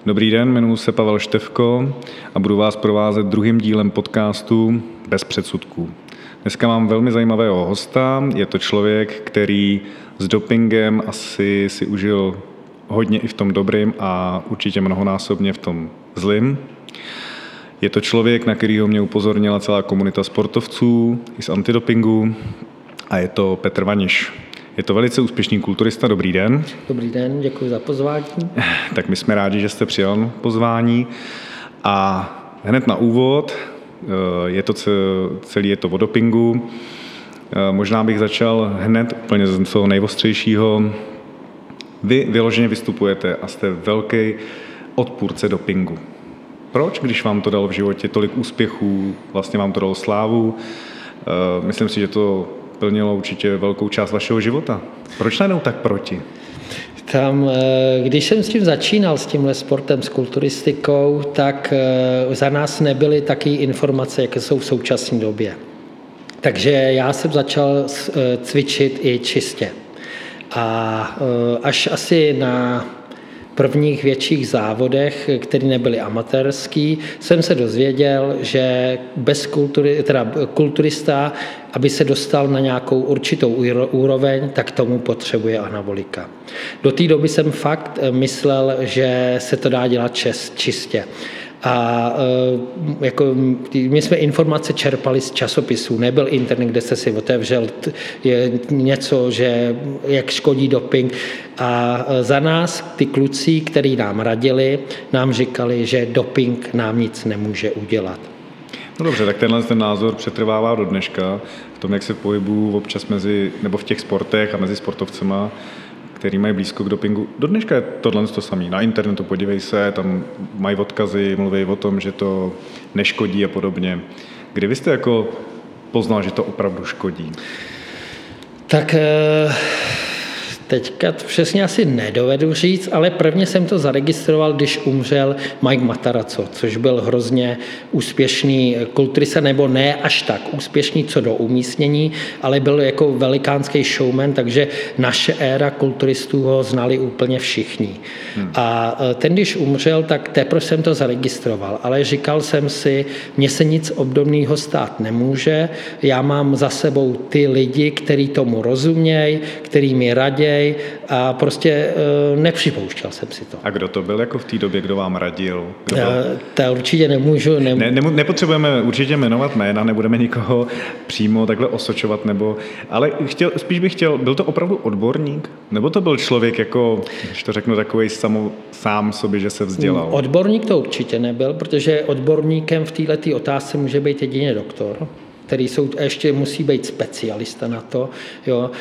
Dobrý den, jmenuji se Pavel Števko a budu vás provázet druhým dílem podcastu Bez předsudků. Dneska mám velmi zajímavého hosta, je to člověk, který s dopingem asi si užil hodně i v tom dobrým a určitě mnohonásobně v tom zlým. Je to člověk, na kterého mě upozornila celá komunita sportovců i z antidopingu a je to Petr Vaniš. Je to velice úspěšný kulturista. Dobrý den. Dobrý den, děkuji za pozvání. Tak my jsme rádi, že jste přijal pozvání. A hned na úvod, celý je to o dopingu. Možná bych začal hned úplně z toho nejostřejšího. Vy vyloženě vystupujete a jste velký odpůrce dopingu. Proč, když vám to dalo v životě tolik úspěchů, vlastně vám to dalo slávu? Myslím si, že to plnilo určitě velkou část vašeho života. Proč najednou tak proti? Když jsem s tím začínal, s tímhle sportem, s kulturistikou, tak za nás nebyly taky informace, jaké jsou v současné době. Takže já jsem začal cvičit i čistě. A až asi na prvních větších závodech, které nebyly amatérský, jsem se dozvěděl, že kulturista, aby se dostal na nějakou určitou úroveň, tak tomu potřebuje anabolika. Do té doby jsem fakt myslel, že se to dá dělat čistě. A jako, my jsme informace čerpali z časopisů, nebyl internet, kde se si otevřel něco, že jak škodí doping. A za nás ty kluci, který nám radili, nám říkali, že doping nám nic nemůže udělat. No dobře, tak ten názor přetrvává do dneška v tom, jak se pohybuju občas nebo v těch sportech a mezi sportovcema, který mají blízko k dopingu. Do dneška je tohle to samé. Na internetu podívej se, tam mají odkazy, mluví o tom, že to neškodí a podobně. Kdy vy jste jako poznal, že to opravdu škodí? Tak teďka přesně asi nedovedu říct, ale prvně jsem to zaregistroval, když umřel Mike Matarazzo, což byl hrozně úspěšný kulturista, nebo ne až tak úspěšný co do umístění, ale byl jako velikánský showman, takže naše éra kulturistů ho znali úplně všichni. A ten, když umřel, tak teprve jsem to zaregistroval, ale říkal jsem si, mně se nic obdobného stát nemůže, já mám za sebou ty lidi, kteří tomu rozumějí, kteří mi radějí, a prostě nepřipouštěl jsem si to. A kdo to byl jako v té době, kdo vám radil? To určitě nemůžu. Nepotřebujeme určitě jmenovat jména, nebudeme nikoho přímo takhle osočovat, ale spíš bych chtěl, byl to opravdu odborník? Nebo to byl člověk jako, když to řeknu, takovej sám sobě, že se vzdělal? Odborník to určitě nebyl, protože odborníkem v této otázce může být jedině doktor, který ještě musí být specialista na to, jo,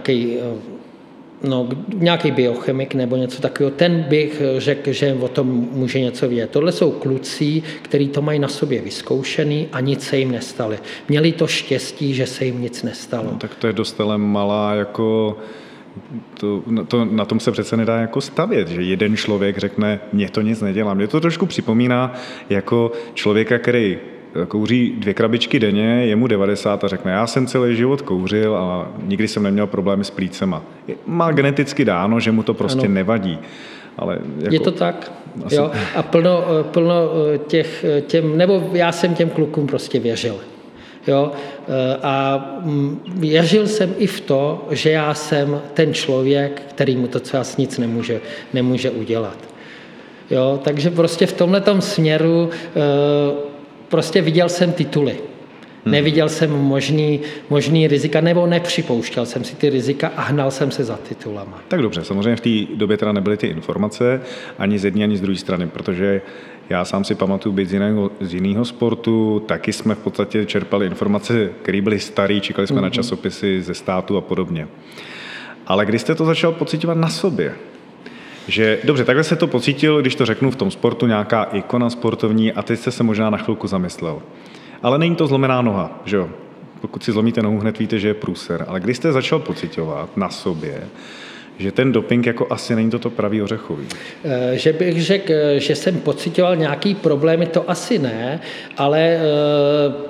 nějaký biochemik nebo něco takového, ten bych řekl, že o tom může něco vědět. Tohle jsou kluci, kteří to mají na sobě vyzkoušený a nic se jim nestalo. Měli to štěstí, že se jim nic nestalo. No, tak to je dost malá jako... na tom se přece nedá jako stavět, že jeden člověk řekne, mně to nic nedělá. Mě to trošku připomíná jako člověka, který kouří 2 krabičky denně, je mu 90 a řekne, já jsem celý život kouřil a nikdy jsem neměl problémy s plícema. Má geneticky dáno, že mu to prostě nevadí. Ale jako, je to tak. Jo? A plno nebo já jsem těm klukům prostě věřil. Jo? A věřil jsem i v to, že já jsem ten člověk, který mu to třeba nic nemůže udělat. Jo? Takže prostě v tomhletom směru prostě viděl jsem tituly. Neviděl jsem možný rizika, nebo nepřipouštěl jsem si ty rizika a hnal jsem se za titulama. Tak dobře, samozřejmě v té době teda nebyly ty informace ani z jedné, ani z druhé strany, protože já sám si pamatuju být z jiného sportu, taky jsme v podstatě čerpali informace, které byly staré, čekali jsme na časopisy ze státu a podobně. Ale když jste to začal pociťovat na sobě, že dobře, takhle se to pocítil, když to řeknu v tom sportu, nějaká ikona sportovní a teď jste se možná na chvilku zamyslel. Ale není to zlomená noha, že jo? Pokud si zlomíte nohu, hned víte, že je průser. Ale když jste začal pociťovat na sobě, že ten doping jako asi není to pravý ořechový. Že bych řekl, že jsem pociťoval nějaký problémy, to asi ne, ale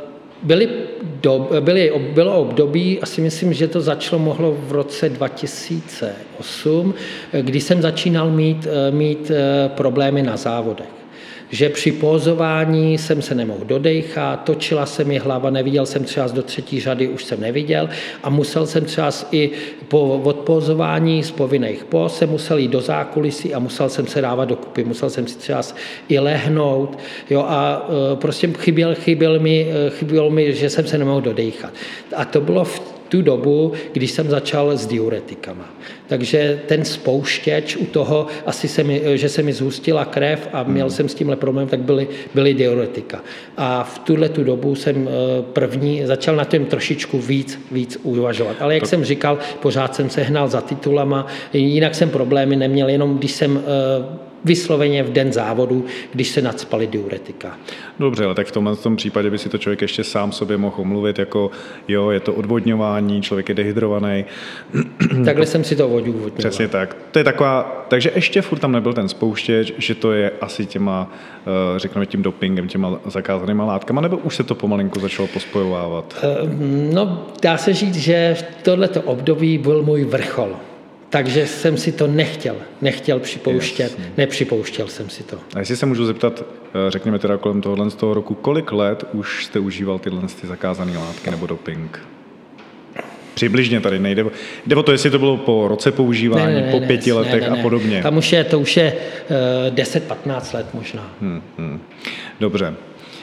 Bylo období, asi myslím, že to mohlo v roce 2008, kdy jsem začínal mít problémy na závodech. Že při pózování jsem se nemohl dodejchat, točila se mi hlava, neviděl jsem třeba do třetí řady, už jsem neviděl a musel jsem třeba i po odpozování z povinných póz jsem musel jít do zákulisí a musel jsem se dávat dokupy, musel jsem si třeba i lehnout, jo, a prostě chybělo mi, že jsem se nemohl dodejchat. A to bylo v tu dobu, když jsem začal s diuretikama. Takže ten spouštěč u toho, že se mi zhustila krev a měl jsem s tímhle problém, tak byly diuretika. A v tu dobu jsem začal na tom trošičku víc uvažovat. Ale jak jsem říkal, pořád jsem se hnal za titulama, jinak jsem problémy neměl, jenom když jsem vysloveně v den závodu, když se nacpaly diuretika. Dobře, ale tak v tom případě by si to člověk ještě sám sobě mohl omluvit, jako jo, je to odvodňování, člověk je dehydrovaný. Takhle jsem si to odvodňoval. Přesně tak. To je taková, takže ještě furt tam nebyl ten spouštěč, že to je asi těma, řekněme tím dopingem, těma zakázanýma látkama, nebo už se to pomalinku začalo pospojovávat? No, dá se říct, že v tohleto období byl můj vrchol. Takže jsem si to nechtěl připouštět, Jasně. Nepřipouštěl jsem si to. A jestli se můžu zeptat, řekněme teda kolem tohohle z toho roku, kolik let už jste užíval ty zakázané látky nebo doping? Přibližně tady nejde. Jde o to, jestli to bylo po roce používání, po 5 letech a podobně. Tam to už je 10-15 let možná. Dobře.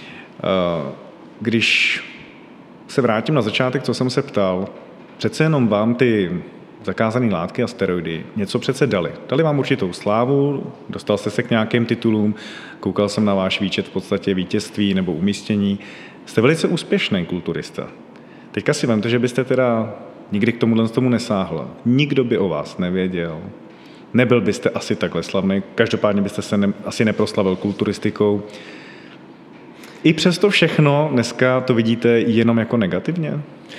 Když se vrátím na začátek, co jsem se ptal, přece jenom vám ty zakázané látky a steroidy něco přece dali. Dali vám určitou slávu, dostal jste se k nějakým titulům, koukal jsem na váš výčet v podstatě vítězství nebo umístění. Jste velice úspěšný kulturista. Teďka si vemte, že byste teda nikdy k tomu nesáhla. Nikdo by o vás nevěděl. Nebyl byste asi takhle slavný. Každopádně byste se asi neproslavil kulturistikou. I přesto všechno dneska to vidíte jenom jako negativně?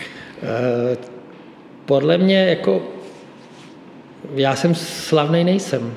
Podle mě já jsem slavnej nejsem.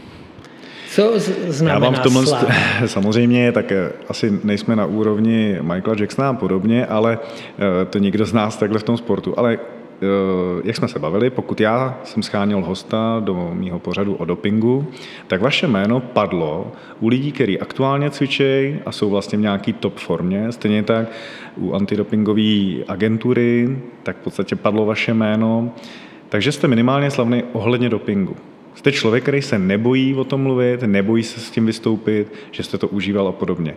Co znamená sláva? Samozřejmě, tak asi nejsme na úrovni Michaela Jacksona a podobně, ale to nikdo z nás takhle v tom sportu. Ale jak jsme se bavili, pokud já jsem scháněl hosta do mýho pořadu o dopingu, tak vaše jméno padlo u lidí, kteří aktuálně cvičejí a jsou vlastně v nějaký top formě. Stejně tak u antidopingové agentury, tak v podstatě padlo vaše jméno. Takže jste minimálně slavný ohledně dopingu. Jste člověk, který se nebojí o tom mluvit, nebojí se s tím vystoupit, že jste to užíval a podobně.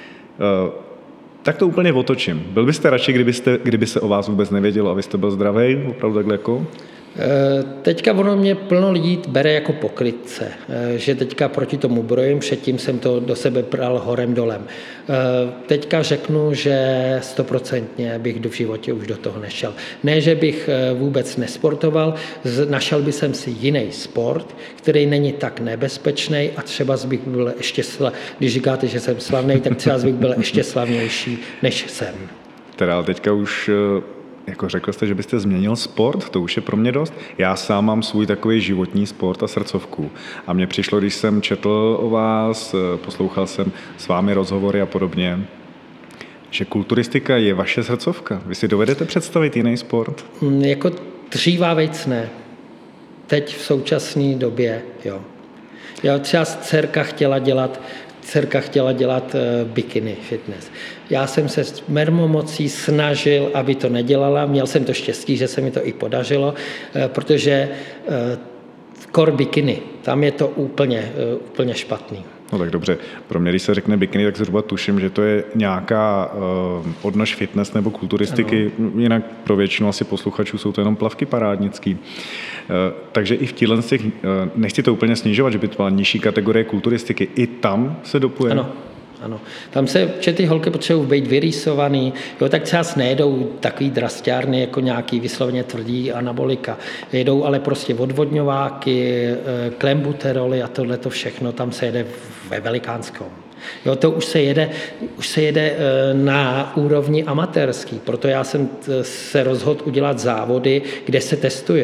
Tak to úplně otočím. Byl byste radši, kdyby se o vás vůbec nevědělo a vy jste byl zdravý, opravdu takhle jako? Teďka ono mě plno lidí bere jako pokrytce, že teďka proti tomu brojím, předtím jsem to do sebe bral horem dolem. Teďka řeknu, že 100% bych v životě už do toho nešel. Ne, že bych vůbec nesportoval, našel bych jsem si jiný sport, který není tak nebezpečný a třeba bych byl ještě když říkáte, že jsem slavný, tak třeba bych byl ještě slavnější, než jsem. Teda teďka už jako řekl jste, že byste změnil sport, to už je pro mě dost. Já sám mám svůj takový životní sport a srdcovku. A mně přišlo, když jsem četl o vás, poslouchal jsem s vámi rozhovory a podobně, že kulturistika je vaše srdcovka. Vy si dovedete představit jiný sport? Jako dříva věc ne. Teď v současné době, jo. Já třeba dcerka chtěla dělat bikini fitness. Já jsem se s mermomocí snažil, aby to nedělala. Měl jsem to štěstí, že se mi to i podařilo, protože core bikini, tam je to úplně špatný. No tak dobře, pro mě, když se řekne bikini, tak zhruba tuším, že to je nějaká odnož fitness nebo kulturistiky, ano. Jinak pro většinu asi posluchačů jsou to jenom plavky parádnický. Takže i v těchto těch, nechci to úplně snižovat, že by to byla nižší kategorie kulturistiky, i tam se dopuje? Ano. Tam se ty holky potřebují být vyrýsovaný, jo, tak třeba nejedou takový drastiárny jako nějaký vysloveně tvrdý anabolika. Jedou ale prostě odvodňováky, klembuteroly a tohleto všechno, tam se jede ve velikánskom. Jo, to už se jede na úrovni amatérský, proto já jsem se rozhodl udělat závody, kde se testuje.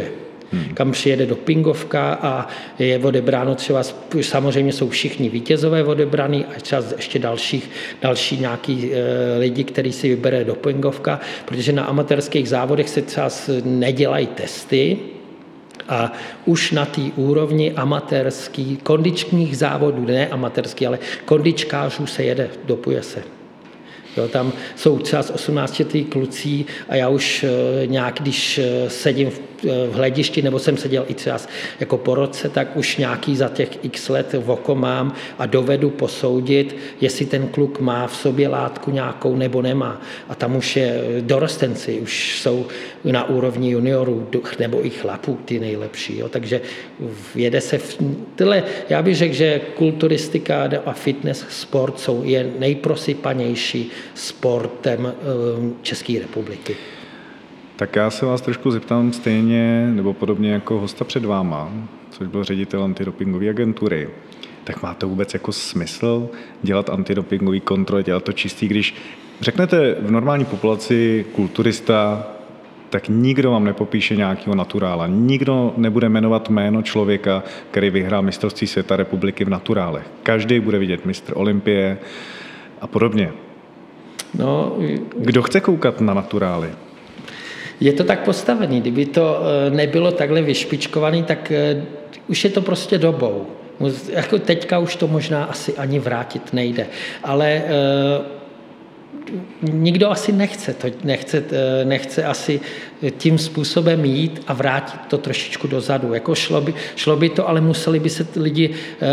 kam přijede dopingovka a je odebráno třeba, samozřejmě jsou všichni vítězové odebraný a třeba ještě další nějaký lidi, který si vybere dopingovka, protože na amatérských závodech se třeba nedělají testy, a už na té úrovni amatérských kondičních závodů, ne amatérských, ale kondičkářů se jede, dopuje se. Jo, tam jsou třeba z 18 klucí a já už nějak, když sedím v hledišti, nebo jsem seděl i třeba jako po roce, tak už nějaký za těch x let v oko mám a dovedu posoudit, jestli ten kluk má v sobě látku nějakou nebo nemá. A tam už je dorostenci, už jsou na úrovni juniorů nebo i chlapů ty nejlepší. Jo. Takže jede se já bych řekl, že kulturistika a fitness sport je nejprosypanější sportem České republiky. Tak já se vás trošku zeptám stejně, nebo podobně jako hosta před váma, což byl ředitel antidopingové agentury. Tak má to vůbec jako smysl dělat antidopingové kontroly, dělat to čistý, když řeknete v normální populaci kulturista, tak nikdo vám nepopíše nějakého naturála. Nikdo nebude jmenovat jméno člověka, který vyhrál mistrovství světa republiky v naturálech. Každý bude vidět mistr Olympie a podobně. No, kdo chce koukat na naturály? Je to tak postavený. Kdyby to nebylo takhle vyšpičkovaný, tak už je to prostě dobou. Jako teďka už to možná asi ani vrátit nejde. Ale nikdo asi nechce asi tím způsobem jít a vrátit to trošičku dozadu. Jako šlo by to, ale museli by se lidi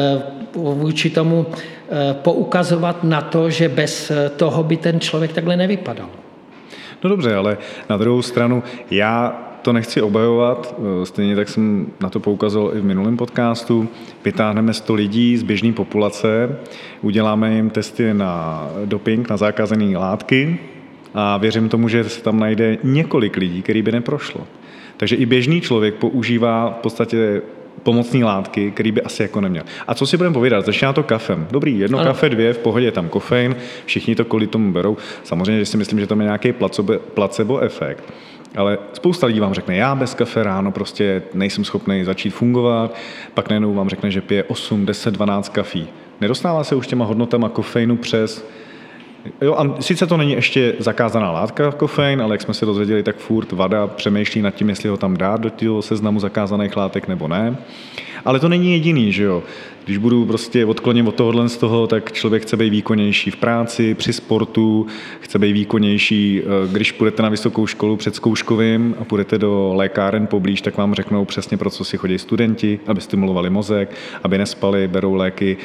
vůči tomu poukazovat na to, že bez toho by ten člověk takhle nevypadal. No dobře, ale na druhou stranu já to nechci obhajovat, stejně tak jsem na to poukazoval i v minulém podcastu. Vytáhneme 100 lidí z běžné populace, uděláme jim testy na doping, na zakázané látky a věřím tomu, že se tam najde několik lidí, který by neprošlo. Takže i běžný člověk používá v podstatě pomocné látky, který by asi jako neměl. A co si budeme povídat? Začíná to kafem. Dobrý, jedno kafe, 2, v pohodě je tam kofein, všichni to kvůli tomu berou. Samozřejmě, že si myslím, že tam je nějaký placebo efekt. Ale spousta lidí vám řekne, já bez kafe ráno prostě nejsem schopný začít fungovat, pak najednou vám řekne, že pije 8, 10, 12 kafí. Nedostává se už těma hodnotama kofeinu přes. Jo, a sice to není ještě zakázaná látka kofein, ale jak jsme se dozvěděli, tak furt VADA přemýšlí nad tím, jestli ho tam dát do toho seznamu zakázaných látek nebo ne. Ale to není jediný, že jo. Když budu prostě odkloněn od tohohle z toho, tak člověk chce být výkonnější v práci, při sportu, chce být výkonnější, když půjdete na vysokou školu před zkouškovým a půjdete do lékáren poblíž, tak vám řeknou přesně, pro co si chodí studenti, aby stimulovali mozek, aby nespali, berou léky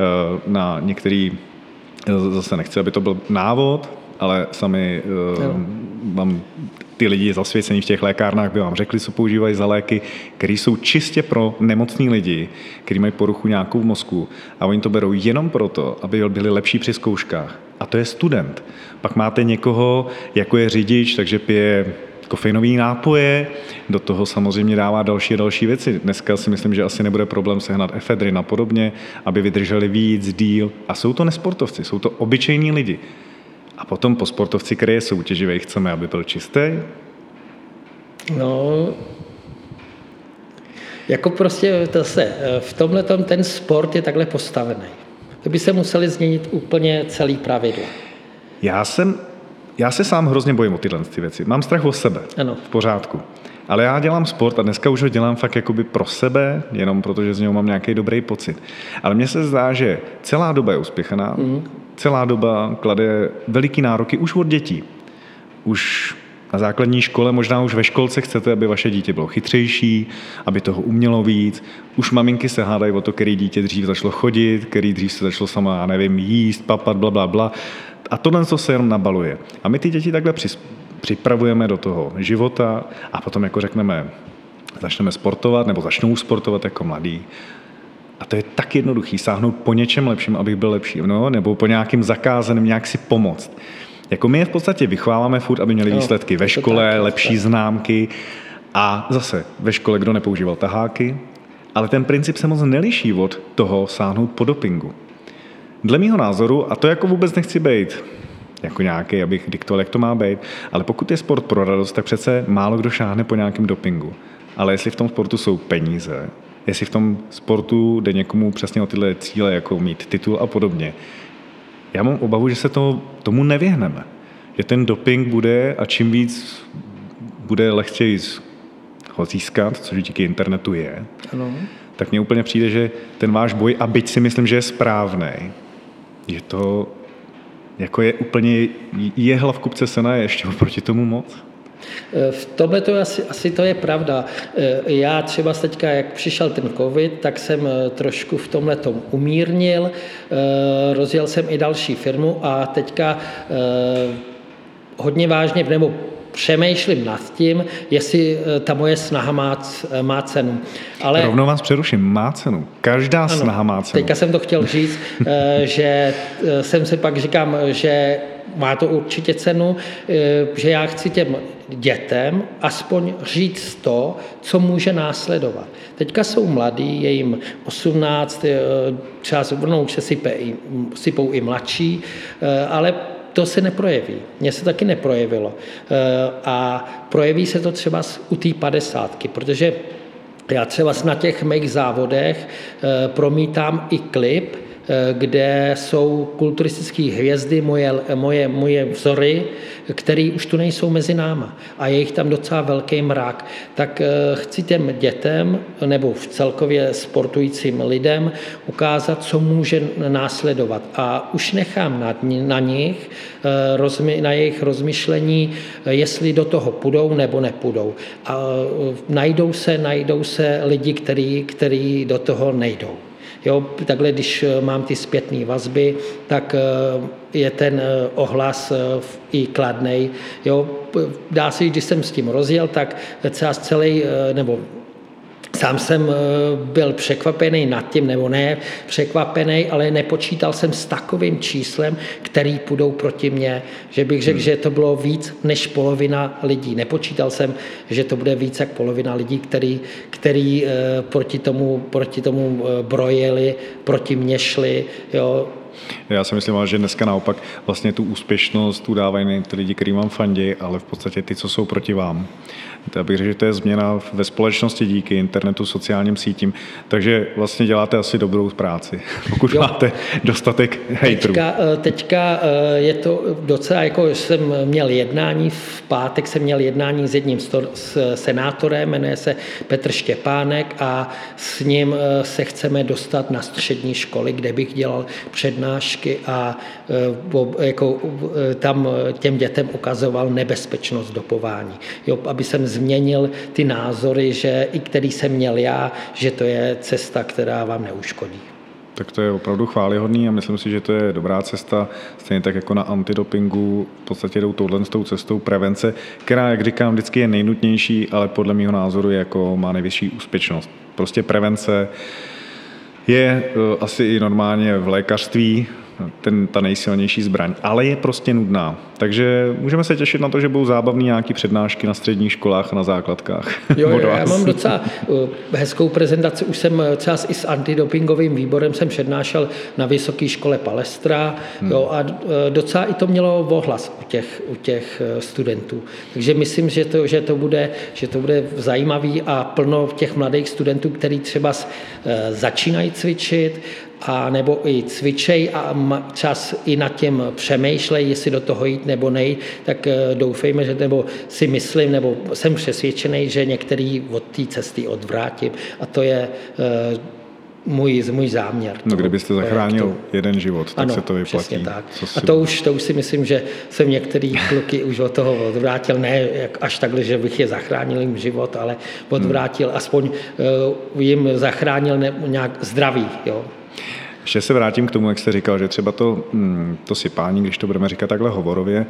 na některý. Zase nechci, aby to byl návod, ale sami vám ty lidi zasvěcení v těch lékárnách by vám řekli, co používají za léky, které jsou čistě pro nemocný lidi, kteří mají poruchu nějakou v mozku a oni to berou jenom proto, aby byli lepší při zkouškách. A to je student. Pak máte někoho, jako je řidič, takže pije kofeinové nápoje, do toho samozřejmě dává další věci. Dneska si myslím, že asi nebude problém sehnat efedrin a podobně, aby vydrželi víc, díl. A jsou to nesportovci, jsou to obyčejní lidi. A potom po sportovci, který je soutěživý, chceme, aby byl čistý? No, jako prostě v tomhletom ten sport je takhle postavený. To by se museli změnit úplně celý pravidla. Já se sám hrozně bojím o tyhle věci. Mám strach o sebe. Ano. V pořádku. Ale já dělám sport a dneska už ho dělám fakt jakoby pro sebe, jenom protože z něho mám nějaký dobrý pocit. Ale mně se zdá, že celá doba je uspěchaná, celá doba klade veliký nároky už od dětí. Už na základní škole, možná už ve školce chcete, aby vaše dítě bylo chytřejší, aby toho umělo víc. Už maminky se hádají o to, který dítě dřív začalo chodit, který dřív se začalo sama, já nevím, jíst, papat, blablabla. A tohle se jenom nabaluje. A my ty děti takhle připravujeme do toho života a potom jako řekneme, začneme sportovat nebo začnou sportovat jako mladí. A to je tak jednoduchý, sáhnout po něčem lepším, abych byl lepší, no? Nebo po nějakým zakázaným, nějak si pomoct. Jako my je v podstatě vychováváme furt, aby měli výsledky ve škole, lepší známky a zase ve škole, kdo nepoužíval taháky, ale ten princip se moc neliší od toho sáhnout po dopingu. Dle mýho názoru, a to jako vůbec nechci být jako nějaký, abych diktoval, jak to má být, ale pokud je sport pro radost, tak přece málo kdo šáhne po nějakém dopingu. ale jestli v tom sportu jsou peníze, jestli v tom sportu jde někomu přesně o tyhle cíle, jako mít titul a podobně, já mám obavu, že se tomu nevyhneme. Že ten doping bude a čím víc bude lehčej ho získat, což díky internetu je, ano. Tak mně úplně přijde, že ten váš boj, a byť si myslím, že je správnej, že to jako je úplně jehla v kupce sena, je ještě oproti tomu moc. V tomhle to asi to je pravda. Já třeba teďka, jak přišel ten covid, tak jsem trošku v tomhle tom umírnil, rozjel jsem i další firmu a teďka hodně vážně, nebo přemýšlím nad tím, jestli ta moje snaha má cenu. Ale rovnou vás přeruším, má cenu. Každá snaha má cenu. Teďka jsem to chtěl říct, že jsem si pak říkám, že má to určitě cenu, že já chci těm dětem aspoň říct to, co může následovat. Teďka jsou mladí, je jim 18, třeba zvrnou, že sypou i mladší, ale to se neprojeví. Mně se taky neprojevilo. A projeví se to třeba u té 50, protože já třeba na těch mých závodech promítám i klip, kde jsou kulturistické hvězdy, moje vzory, které už tu nejsou mezi náma. A je jich tam docela velký mrak. Tak chci těm dětem nebo v celkově sportujícím lidem ukázat, co může následovat. A už nechám na nich, na jejich rozmyšlení, jestli do toho půjdou nebo nepůjdou. A najdou se lidi, kteří do toho nejdou. Jo, takhle, když mám ty zpětné vazby, tak je ten ohlas i kladnej. Jo, dá se, když jsem s tím rozjel, tak sám jsem byl překvapený nad tím, nebo ne překvapený, ale nepočítal jsem s takovým číslem, který půjdou proti mně, že bych řekl, že to bylo víc než polovina lidí. Nepočítal jsem, že to bude víc jak polovina lidí, který proti tomu brojili, proti mně šli. Jo. Já si myslím, že dneska naopak vlastně tu úspěšnost udávají ne ty lidi, kterým vám fandí, ale v podstatě ty, co jsou proti vám. Já bych řekl, že to je změna ve společnosti díky internetu, sociálním sítím, takže vlastně děláte asi dobrou práci, pokud máte dostatek hejtrů. Teďka je to docela, jako jsem měl jednání, v pátek jsem měl jednání s jedním senátorem, jmenuje se Petr Štěpánek a s ním se chceme dostat na střední školy, kde bych dělal přednášky a tam těm dětem ukazoval nebezpečnost dopování. Jo, aby jsem změnil ty názory, že i který jsem měl já, že to je cesta, která vám neuškodí. Tak to je opravdu chvályhodný a myslím si, že to je dobrá cesta, stejně tak jako na antidopingu v podstatě jdou touhletou cestou prevence, která, jak říkám, vždycky je nejnutnější, ale podle mého názoru má nejvyšší úspěšnost. Prostě prevence je asi i normálně v lékařství ta nejsilnější zbraň, ale je prostě nudná. Takže můžeme se těšit na to, že budou zábavné nějaké přednášky na středních školách a na základkách. Jo, já mám docela hezkou prezentaci. Už jsem třeba i s antidopingovým výborem jsem přednášel na Vysoké škole Palestra jo, a docela i to mělo ohlas u těch studentů. Takže myslím, že to bude zajímavý a plno těch mladých studentů, kteří třeba začínají cvičit, a nebo i cvičej a čas i nad tím přemýšlej, jestli do toho jít nebo nejít, tak doufejme, že nebo si myslím, nebo jsem přesvědčený, že některý od té cesty odvrátím a to je můj záměr. No, kdybyste zachránil jeden život, tak ano, se to vyplatí. Tak. A to už si myslím, že jsem některý kluky už od toho odvrátil, ne až takhle, že bych je zachránil jim život, ale odvrátil, aspoň jim zachránil nějak zdraví, jo. Ještě se vrátím k tomu, jak jste říkal, že třeba to sypání, když to budeme říkat takhle hovorově,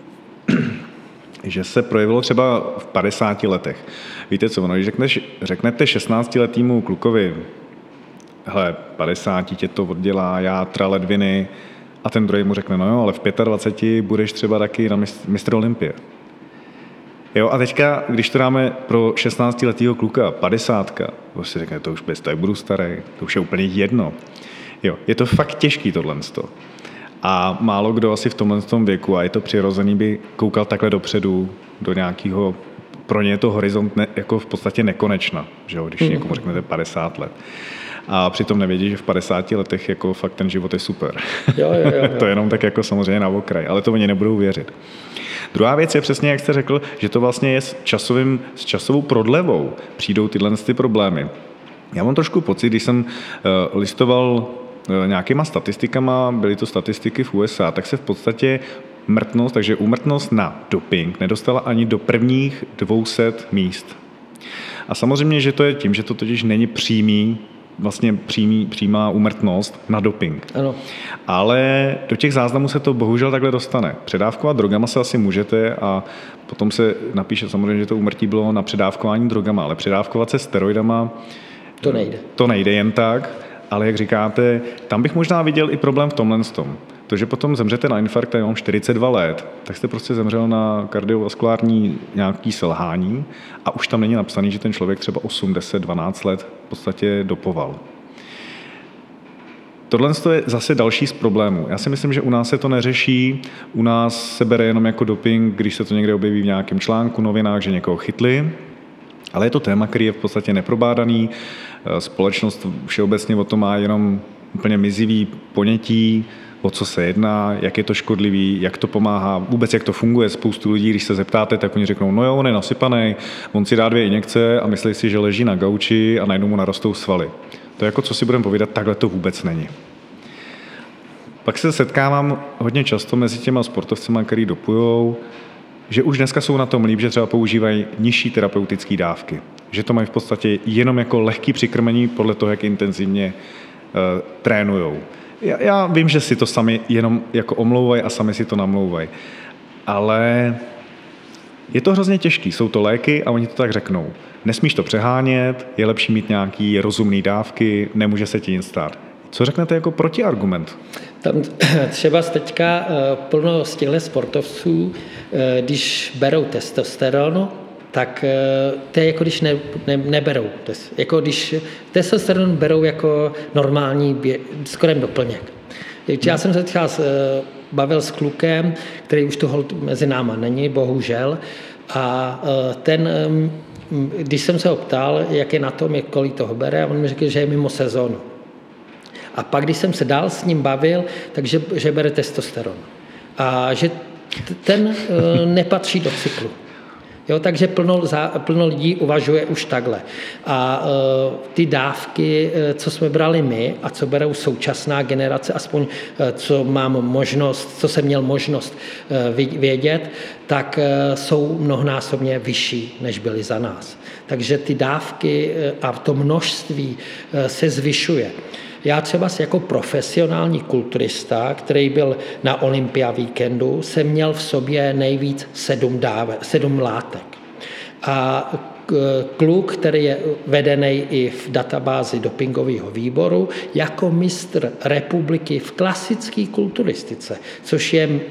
že se projevilo třeba v 50 letech. Víte co, když řeknete 16letýmu klukovi, hele, 50 tě to oddělá, játra, ledviny, a ten druhý mu řekne, no jo, ale v 25 budeš třeba taky na mistr Olympie. Jo, a teďka, když to dáme pro 16letýho kluka 50, to si řekne, to už bez toho budu starý, to už je úplně jedno. Jo, je to fakt těžký tohleto. A málo kdo asi v tomhle věku, a je to přirozený, by koukal takhle dopředu do nějakého pro ně je to horizont jako v podstatě nekonečna, že jo, když někomu řeknete 50 let. A přitom nevědí, že v 50 letech jako fakt ten život je super. Jo. To je jenom tak jako samozřejmě na okraj, ale to oni nebudou věřit. Druhá věc je přesně, jak jste řekl, že to vlastně je s časovou prodlevou přijdou tyhle ty problémy. Já mám trošku pocit, když jsem listoval nějakýma statistikama, byly to statistiky v USA, tak se v podstatě takže úmrtnost na doping nedostala ani do prvních 200 míst. A samozřejmě, že to je tím, že to totiž není přímá úmrtnost na doping. Ano. Ale do těch záznamů se to bohužel takhle dostane. Předávkovat drogama se asi můžete a potom se napíše samozřejmě, že to úmrtí bylo na předávkování drogama, ale předávkovat se steroidama to nejde. To nejde jen tak, ale jak říkáte, tam bych možná viděl i problém v tomhle tom. To, že potom zemřete na infarkt, a mám 42 let, tak jste prostě zemřel na kardiovaskulární nějaký selhání a už tam není napsaný, že ten člověk třeba 8, 10, 12 let v podstatě dopoval. Tohle je zase další z problémů. Já si myslím, že u nás se to neřeší, u nás se bere jenom jako doping, když se to někde objeví v nějakém článku, novinách, že někoho chytli, ale je to téma, který je v podstatě neprobádaný. Společnost všeobecně o tom má jenom úplně mizivý ponětí, o co se jedná, jak je to škodlivý, jak to pomáhá, vůbec jak to funguje. Spoustu lidí, když se zeptáte, tak oni řeknou, no jo, on je nasypaný, on si dá 2 injekce a myslí si, že leží na gauči a najednou mu narostou svaly. To je jako, co si budeme povídat, takhle to vůbec není. Pak se setkávám hodně často mezi těma sportovcema, který dopujou, že už dneska jsou na tom líp, že třeba používají nižší terapeutické dávky. Že to mají v podstatě jenom jako lehký přikrmení podle toho, jak intenzivně trénujou. Já vím, že si to sami jenom jako omlouvají a sami si to namlouvají. Ale je to hrozně těžký. Jsou to léky a oni to tak řeknou. Nesmíš to přehánět, je lepší mít nějaký rozumný dávky, nemůže se ti nic stát. Co řeknete jako protiargument? Tam třeba teďka plno z těchto sportovců, když berou testosteron, tak to je jako když neberou. Jako když testosteron berou jako normální skoro doplněk. Já jsem se třeba bavil s klukem, který už to mezi náma není, bohužel, a ten, když jsem se ho ptal, jak je na tom, kolik toho bere, a on mi řekl, že je mimo sezónu. A pak, když jsem se dál s ním bavil, takže že bere testosteron. A že ten nepatří do cyklu. Jo, takže plno lidí uvažuje už takhle. A ty dávky, co jsme brali my a co berou současná generace, aspoň co jsem měl možnost vědět, tak jsou mnohonásobně vyšší, než byly za nás. Takže ty dávky a to množství se zvyšuje. Já třeba jako profesionální kulturista, který byl na Olympia víkendu, jsem měl v sobě nejvíc 7 látek. A kluk, který je vedený i v databázi dopingového výboru, jako mistr republiky v klasické kulturistice, což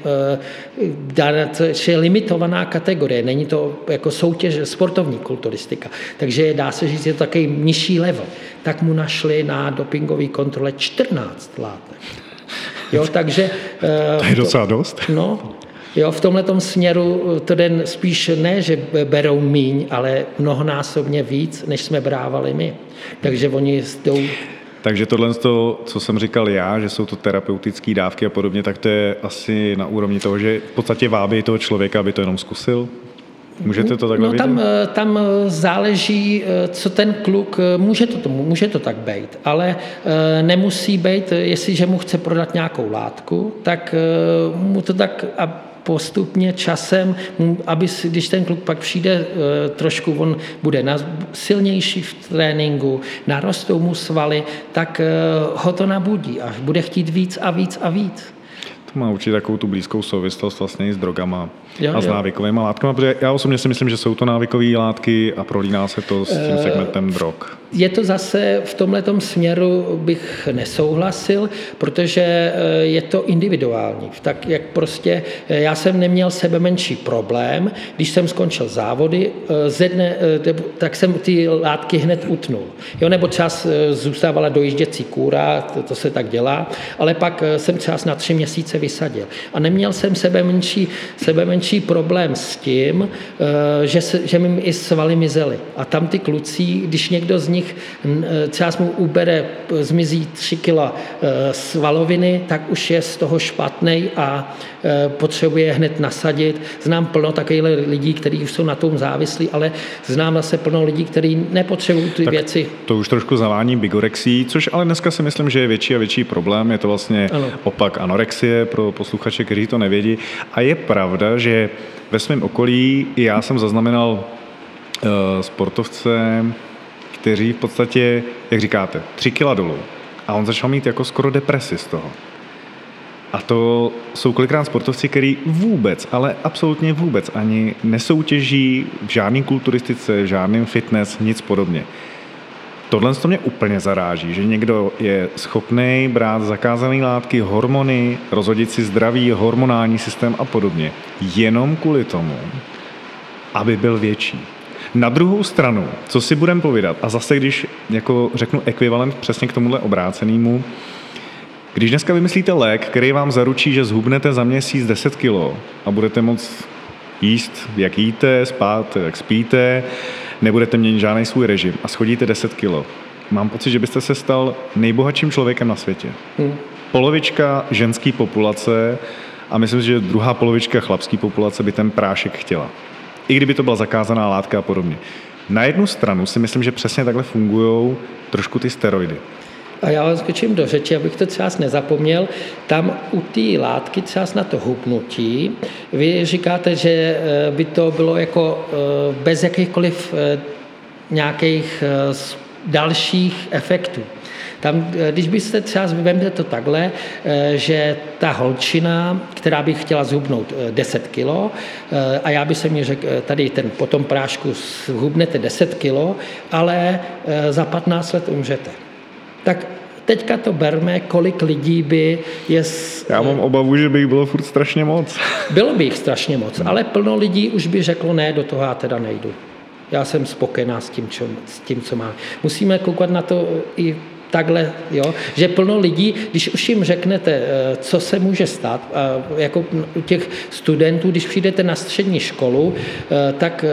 je limitovaná kategorie, není to jako soutěž sportovní kulturistika, takže dá se říct, je to takový nižší level, tak mu našli na dopingové kontrole 14 látek. Jo, takže... To je docela dost. No, jo, v tomhletom směru to jde spíš ne, že berou míň, ale mnohonásobně víc, než jsme brávali my. Takže oni jdou... Takže tohle, co jsem říkal já, že jsou to terapeutické dávky a podobně, tak to je asi na úrovni toho, že v podstatě vábí toho člověka, aby to jenom zkusil? Můžete to takhle vidět? Tam záleží, co ten kluk, může to tak být, ale nemusí být, jestliže mu chce prodat nějakou látku, tak mu to tak a postupně časem, když ten kluk pak přijde trošku, on bude silnější v tréninku, narostou mu svaly, tak ho to nabudí a bude chtít víc a víc a víc. Má určitě takovou tu blízkou souvislost vlastně i s drogama a s návykovými látkami, protože já osobně si myslím, že jsou to návykové látky a prolíná se to s tím segmentem drog. Je to zase v tomhletom směru bych nesouhlasil, protože je to individuální. Tak jak prostě já jsem neměl sebemenší problém, když jsem skončil závody, tak jsem ty látky hned utnul. Jo, nebo čas zůstávala dojížděcí kůra, to se tak dělá, ale pak jsem třeba na 3 měsíce vysadil. A neměl jsem sebe menší problém s tím, že mi i svaly mizely. A tam ty kluci, když někdo z nich třeba mu ubere, zmizí 3 kila svaloviny, tak už je z toho špatnej a potřebuje hned nasadit. Znám plno takových lidí, kteří už jsou na tom závislí, ale znám zase plno lidí, kteří nepotřebují ty věci. To už trošku zavání bigorexí, což ale dneska si myslím, že je větší a větší problém. Je to vlastně opak anorexie pro posluchače, kteří to nevědí. A je pravda, že ve svém okolí já jsem zaznamenal sportovce, kteří v podstatě, jak říkáte, 3 kila dolů. A on začal mít jako skoro depresi z toho. A to jsou kolikrát sportovci, který vůbec, ale absolutně vůbec ani nesoutěží v žádný kulturistice, v žádným fitness, nic podobně. Tohle to mě úplně zaráží, že někdo je schopný brát zakázané látky, hormony, rozhodit si zdravý hormonální systém a podobně. Jenom kvůli tomu, aby byl větší. Na druhou stranu, co si budeme povídat, a zase když jako řeknu ekvivalent přesně k tomuhle obrácenému, když dneska vymyslíte lék, který vám zaručí, že zhubnete za měsíc 10 kilo a budete moct jíst, jak jíte, spát, jak spíte, nebudete měnit žádný svůj režim a schodíte 10 kilo, mám pocit, že byste se stal nejbohatším člověkem na světě. Polovička ženské populace a myslím si, že druhá polovička chlapské populace by ten prášek chtěla. I kdyby to byla zakázaná látka a podobně. Na jednu stranu si myslím, že přesně takhle fungují trošku ty steroidy. A já vám skočím do řeči, abych to třeba nezapomněl. Tam u té látky třeba na to hubnutí, vy říkáte, že by to bylo jako bez jakýchkoliv nějakých dalších efektů. Tam, když byste třeba vemte to takhle, že ta holčina, která by chtěla zhubnout 10 kilo a já bych se mi řekl, tady po tom prášku zhubnete 10 kilo, ale za 15 let umřete. Tak teďka to berme, kolik lidí by je... Já mám obavu, že by jich bylo furt strašně moc. Bylo by jich strašně moc, ale plno lidí už by řeklo, ne, do toho já teda nejdu. Já jsem spokojená s tím, co mám. Musíme koukat na to i takhle, jo? Že plno lidí, když už jim řeknete, co se může stát, jako u těch studentů, když přijdete na střední školu, tak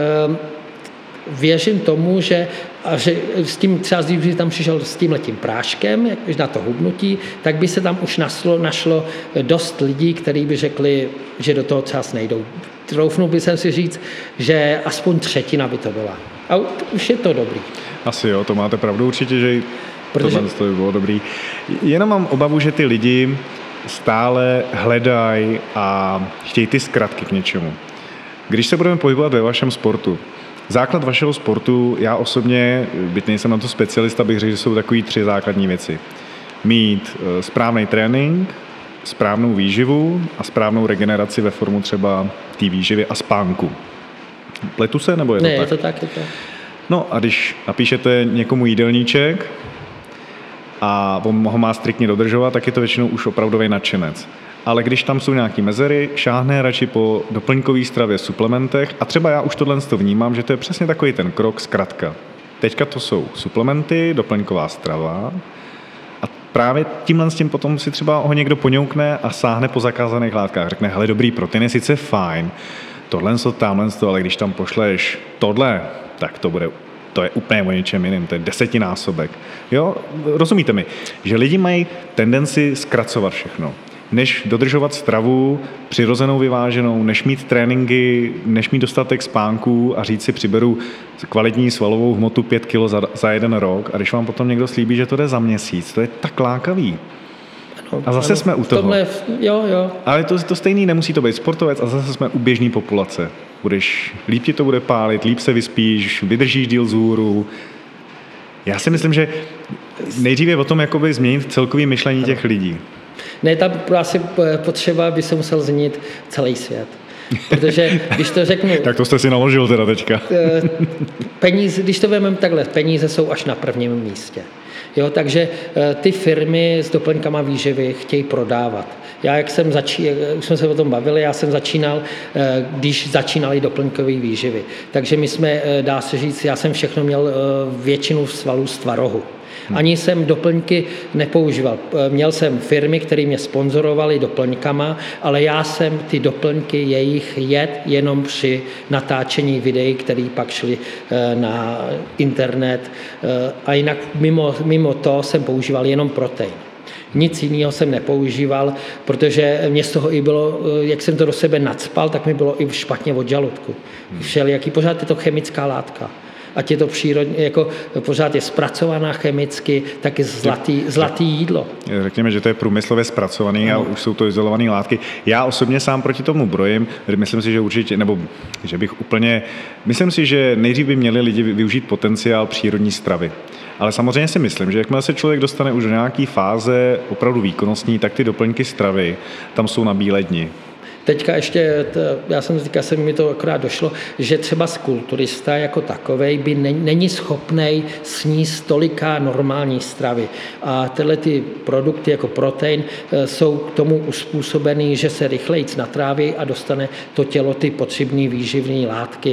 věřím tomu, že s tím třeba, když tam přišel s tímhletím práškem, jak na to hubnutí, tak by se tam už našlo dost lidí, kteří by řekli, že do toho třeba nejdou. Troufnul bych si říct, že aspoň 1/3 by to byla. A už je to dobrý. Asi jo, to máte pravdu určitě, že tohle by bylo dobrý. Jenom mám obavu, že ty lidi stále hledají a chtějí ty zkratky k něčemu. Když se budeme pohybovat ve vašem sportu, základ vašeho sportu, já osobně, byť nejsem na to specialista, bych řekl, že jsou takový 3 základní věci. Mít správný trénink, správnou výživu a správnou regeneraci ve formu třeba té výživy a spánku. Pletu se, nebo je to tak? Ne, je to tak, je to. No a když napíšete někomu jídelníček a on ho má striktně dodržovat, tak je to většinou už opravdový nadšenec. Ale když tam jsou nějaké mezery, šáhne radši po doplňkové stravě, suplementech a třeba já už tohle vnímám, že to je přesně takový ten krok zkratka. Teďka to jsou suplementy, doplňková strava a právě tímhle s tím potom si třeba ho někdo poňoukne a sáhne po zakázaných látkách. Řekne, hele, dobrý, protein je sice fajn, tohle, ale když tam pošleš tohle, tak to je úplně o něčem jiným, to je 10násobek. Jo, rozumíte mi, že lidi mají tendenci zkracovat všechno. Než dodržovat stravu přirozenou, vyváženou, než mít tréninky, než mít dostatek spánku a říct si přiberu kvalitní svalovou hmotu 5 kg za 1 rok a když vám potom někdo slíbí, že to jde za měsíc, to je tak lákavý. A zase jsme u toho. Jo. Ale to stejný, nemusí to být sportovec a zase jsme u běžné populace. Líp ti to bude pálit, líp se vyspíš, vydržíš díl vzhůru. Já si myslím, že nejdřív je o tom jakoby změnit celkový myšlení těch lidí. Ne, tam asi potřeba by se musel změnit celý svět. Protože, když to řeknu... Tak to jste si naložil teda teďka. Peníze, když to vezmeme takhle, peníze jsou až na prvním místě. Jo, takže ty firmy s doplňkama výživy chtějí prodávat. Já, už jsme se o tom bavili, já jsem začínal, když začínaly doplňkové výživy. Takže my jsme, dá se říct, já jsem všechno měl většinu svalů z tvarohu. Ani jsem doplňky nepoužíval. Měl jsem firmy, které mě sponzorovaly doplňkama, ale já jsem ty doplňky jejich jenom při natáčení videí, které pak šly na internet. A jinak mimo to jsem používal jenom protein. Nic jiného jsem nepoužíval, protože mě z toho i bylo, jak jsem to do sebe nacpal, tak mi bylo i špatně od žaludku. Všelijaký, pořád je to chemická látka. Ať je to přírodně, jako pořád je zpracovaná chemicky, tak je zlatý jídlo. Řekněme, že to je průmyslově zpracovaný a už jsou to izolované látky. Já osobně sám proti tomu brojím, myslím si, že určitě, nebo že bych úplně, myslím si, že nejdřív by měli lidi využít potenciál přírodní stravy. Ale samozřejmě si myslím, že jakmile se člověk dostane už do nějaké fáze opravdu výkonnostní, tak ty doplňky stravy tam jsou na bílé dni. Teďka ještě, se mi to akorát došlo, že třeba kulturista jako takovej by není schopnej sníst tolika normální stravy. A tyhle ty produkty jako protein jsou k tomu uspůsobený, že se rychlejc natráví a dostane to tělo ty potřebné výživné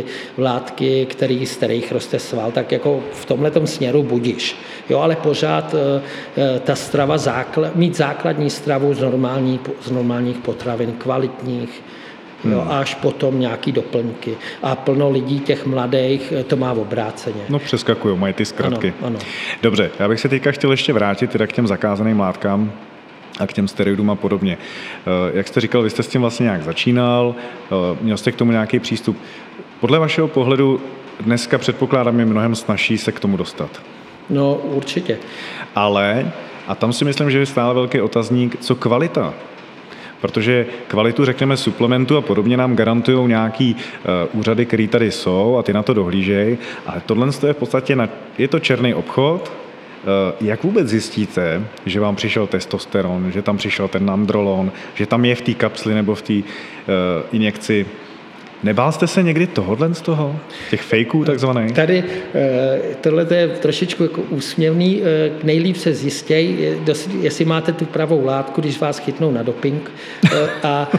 látky, z kterých roste sval. Tak jako v tomhletom směru budíš. Jo, ale pořád ta strava, mít základní stravu z normálních potravin, kvalitních, jo, až potom nějaký doplňky. A plno lidí, těch mladých, to má obráceně. No přeskakujou, mají ty zkratky. Ano. Dobře, já bych se teďka chtěl ještě vrátit teda k těm zakázaným látkám a k těm steroidům a podobně. Jak jste říkal, vy jste s tím vlastně nějak začínal, měl jste k tomu nějaký přístup. Podle vašeho pohledu dneska předpokládám je mnohem snazší se k tomu dostat. No určitě. Ale, a tam si myslím, že je stále velký otazník, co kvalita? Protože kvalitu, řekněme, suplementu a podobně nám garantují nějaký úřady, které tady jsou a ty na to dohlížejí. Ale tohle je v podstatě, je to černý obchod. Jak vůbec zjistíte, že vám přišel testosteron, že tam přišel ten nandrolon, že tam je v té kapsli nebo v té injekci? Nebál jste se někdy tohodlen z toho? Těch fejků takzvaných? Tady tohle je trošičku jako úsměvný. Nejlíp se zjistěj, jestli máte tu pravou látku, když vás chytnou na doping a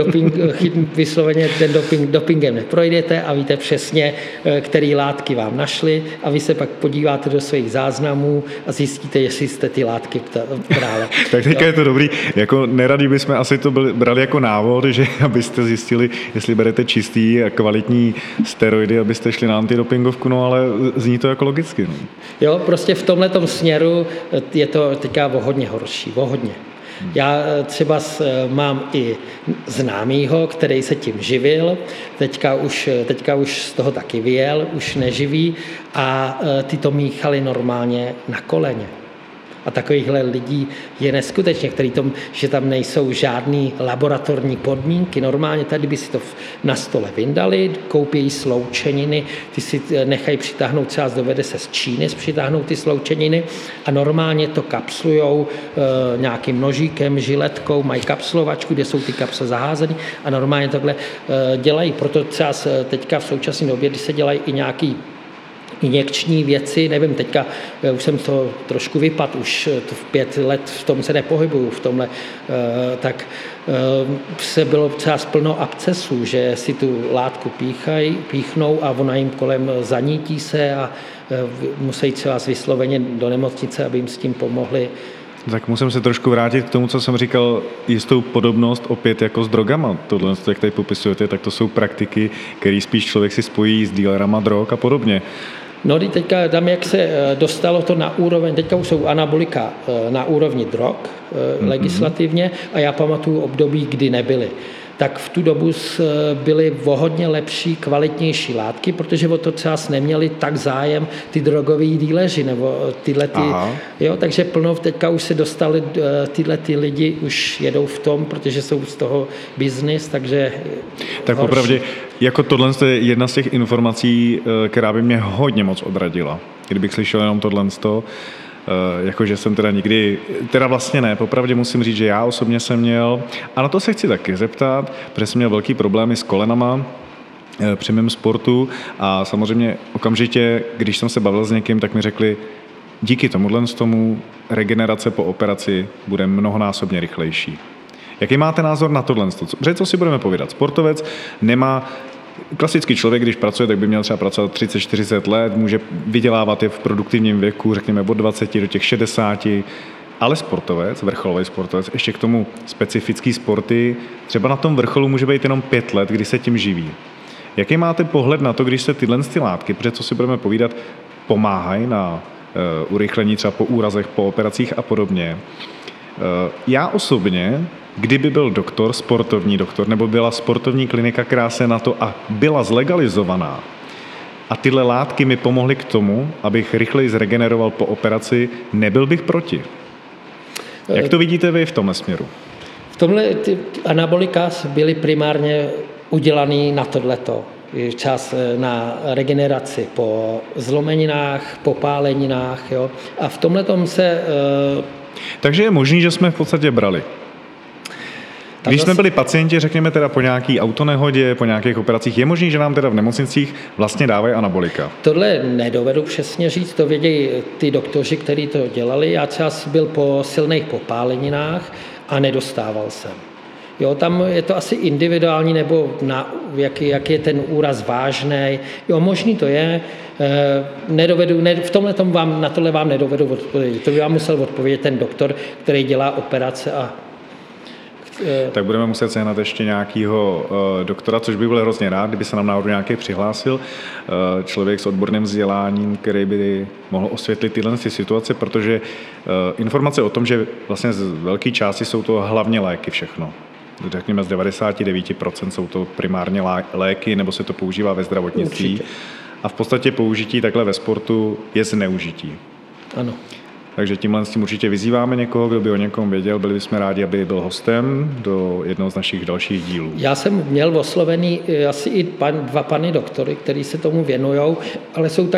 vysloveně ten dopingem neprojdete a víte přesně, který látky vám našli a vy se pak podíváte do svých záznamů a zjistíte, jestli jste ty látky brali. Tak teďka je to dobrý. Jako neradí bychom asi to brali jako návod, že abyste zjistili, jestli berete čistý a kvalitní steroidy, abyste šli na antidopingovku, no ale zní to jako logicky. No. Jo, prostě v tomhletom směru je to teďka hodně horší, hodně. Já třeba mám i známýho, který se tím živil, teďka už z toho taky vyjel, už neživí a ty to míchali normálně na koleně. A takovýchhle lidí je neskutečně, že tam nejsou žádný laboratorní podmínky. Normálně tady by si to na stole vyndali, koupí sloučeniny, ty si nechají přitáhnout, třeba dovede se z Číny přitáhnout ty sloučeniny a normálně to kapslujou nějakým nožíkem, žiletkou, mají kapslovačku, kde jsou ty kapsle zaházené a normálně takhle dělají. Proto třeba teďka v současné době, když se dělají i nějaký injekční věci, nevím, teďka už jsem to trošku vypadl, už to v 5 let v tom se nepohybuju, v tomhle, tak se bylo třeba plno abscesů, že si tu látku píchnou a ona jim kolem zanítí se a musí třeba vysloveně do nemocnice, aby jim s tím pomohli. Tak musím se trošku vrátit k tomu, co jsem říkal, jistou podobnost opět jako s drogama. Tohle, jak tady popisujete, tak to jsou praktiky, které spíš člověk si spojí s dílerama drog a podobně. No, teďka tam, jak se dostalo to na úroveň, teďka už jsou anabolika na úrovni drog legislativně a já pamatuju období, kdy nebyly. Tak v tu dobu byly o hodně lepší, kvalitnější látky, protože o to třeba neměli tak zájem ty drogoví díleři, nebo tyhle ty, jo, takže plno teďka už se dostali, tyhle ty lidi už jedou v tom, protože jsou z toho biznis, takže tak opravdu, jako tohle je jedna z těch informací, která by mě hodně moc odradila, kdybych slyšel jenom tohle. Jakože jsem teda nikdy, teda vlastně ne, popravdě musím říct, že já osobně jsem měl, a na to se chci taky zeptat, protože jsem měl velký problémy s kolenama při mém sportu a samozřejmě okamžitě, když jsem se bavil s někým, tak mi řekli, díky tomu regenerace po operaci bude mnohonásobně rychlejší. Jaký máte názor na tohle? Protože co si budeme povídat? Sportovec nemá klasický člověk, když pracuje, tak by měl třeba pracovat 30-40 let, může vydělávat je v produktivním věku, řekněme od 20 do těch 60, ale sportovec, vrcholový sportovec, ještě k tomu specifický sporty, třeba na tom vrcholu může být jenom 5 let, kdy se tím živí. Jaký máte pohled na to, když se tyhle látky, protože co si budeme povídat, pomáhají na urychlení třeba po úrazech, po operacích a podobně. Já osobně, kdyby byl doktor, sportovní doktor, nebo byla sportovní klinika, která se na to a byla zlegalizovaná a tyhle látky mi pomohly k tomu, abych rychleji zregeneroval po operaci, nebyl bych proti. Jak to vidíte vy v tomhle směru? V tomhle ty anabolika byly primárně udělaný na tohleto. Čas na regeneraci po zlomeninách, po páleninách. Jo? A v tomhletom se... Takže je možný, že jsme v podstatě brali. Když jsme byli pacienti, řekněme teda po nějaký autonehodě, po nějakých operacích, je možný, že nám teda v nemocnicích vlastně dávají anabolika? Tohle nedovedu přesně říct, to vědějí ty doktoři, kteří to dělali. Já čas byl po silných popáleninách a nedostával jsem. Jo, tam je to asi individuální, nebo jak je ten úraz vážný. Jo, možný to je. Na tohle vám nedovedu odpovědět. To by vám musel odpovědět ten doktor, který dělá operace a tak budeme muset sehnat ještě nějakého doktora, což by byl hrozně rád, kdyby se nám náhodou nějaký přihlásil. Člověk s odborným vzděláním, který by mohl osvětlit tyhle situace, protože informace o tom, že vlastně z velké části jsou to hlavně léky všechno. Řekněme z 99% jsou to primárně léky, nebo se to používá ve zdravotnictví. Určitě. A v podstatě použití takhle ve sportu je zneužití. Ano. Takže tímhle s tím určitě vyzýváme někoho, kdo by o někom věděl, byli bychom rádi, aby byl hostem do jednoho z našich dalších dílů. Já jsem měl oslovený asi i dva pany doktory, kteří se tomu věnujou, ale jsou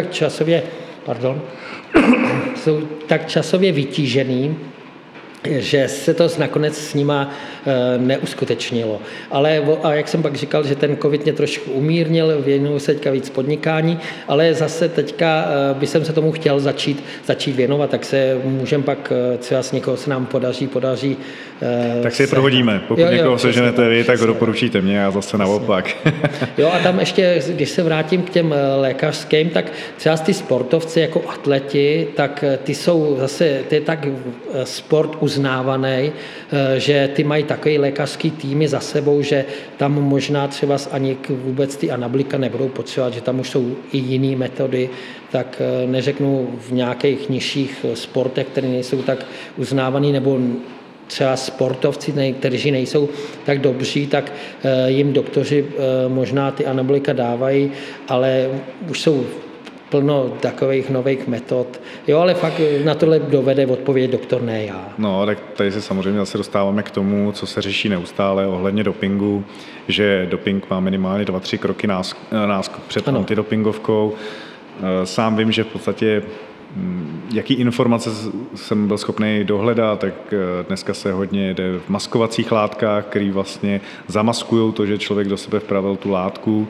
tak časově vytížený, že se to nakonec s nima neuskutečnilo. Ale a jak jsem pak říkal, že ten covid mě trošku umírnil, věnuju se teďka víc podnikání, ale zase teďka by jsem se tomu chtěl začít věnovat, tak se můžeme pak třeba s někoho se nám podaří. Tak si je prohodíme. Pokud někoho seženete vy, tak ho doporučíte mě a zase naopak. Jo, a tam ještě, když se vrátím k těm lékařským, tak třeba ty sportovci jako atleti, tak ty jsou zase, ty je tak sport uznávaný, že ty mají takový lékařský týmy za sebou, že tam možná třeba ani vůbec ty anabolika nebudou potřebovat, že tam už jsou i jiné metody, tak neřeknu v nějakých nižších sportech, které nejsou tak uznávaný, nebo třeba sportovci, kteří nejsou tak dobří, tak jim doktoři možná ty anabolika dávají, ale už jsou plno takových nových metod. Jo, ale fakt na tohle dovede odpovědět doktor, ne já. No, tak tady se samozřejmě zase dostáváme k tomu, co se řeší neustále ohledně dopingu, že doping má minimálně 2-3 kroky náskok před antidopingovkou. Sám vím, že v podstatě jaký informace jsem byl schopný dohledat, tak dneska se hodně jde v maskovacích látkách, které vlastně zamaskují to, že člověk do sebe vpravil tu látku.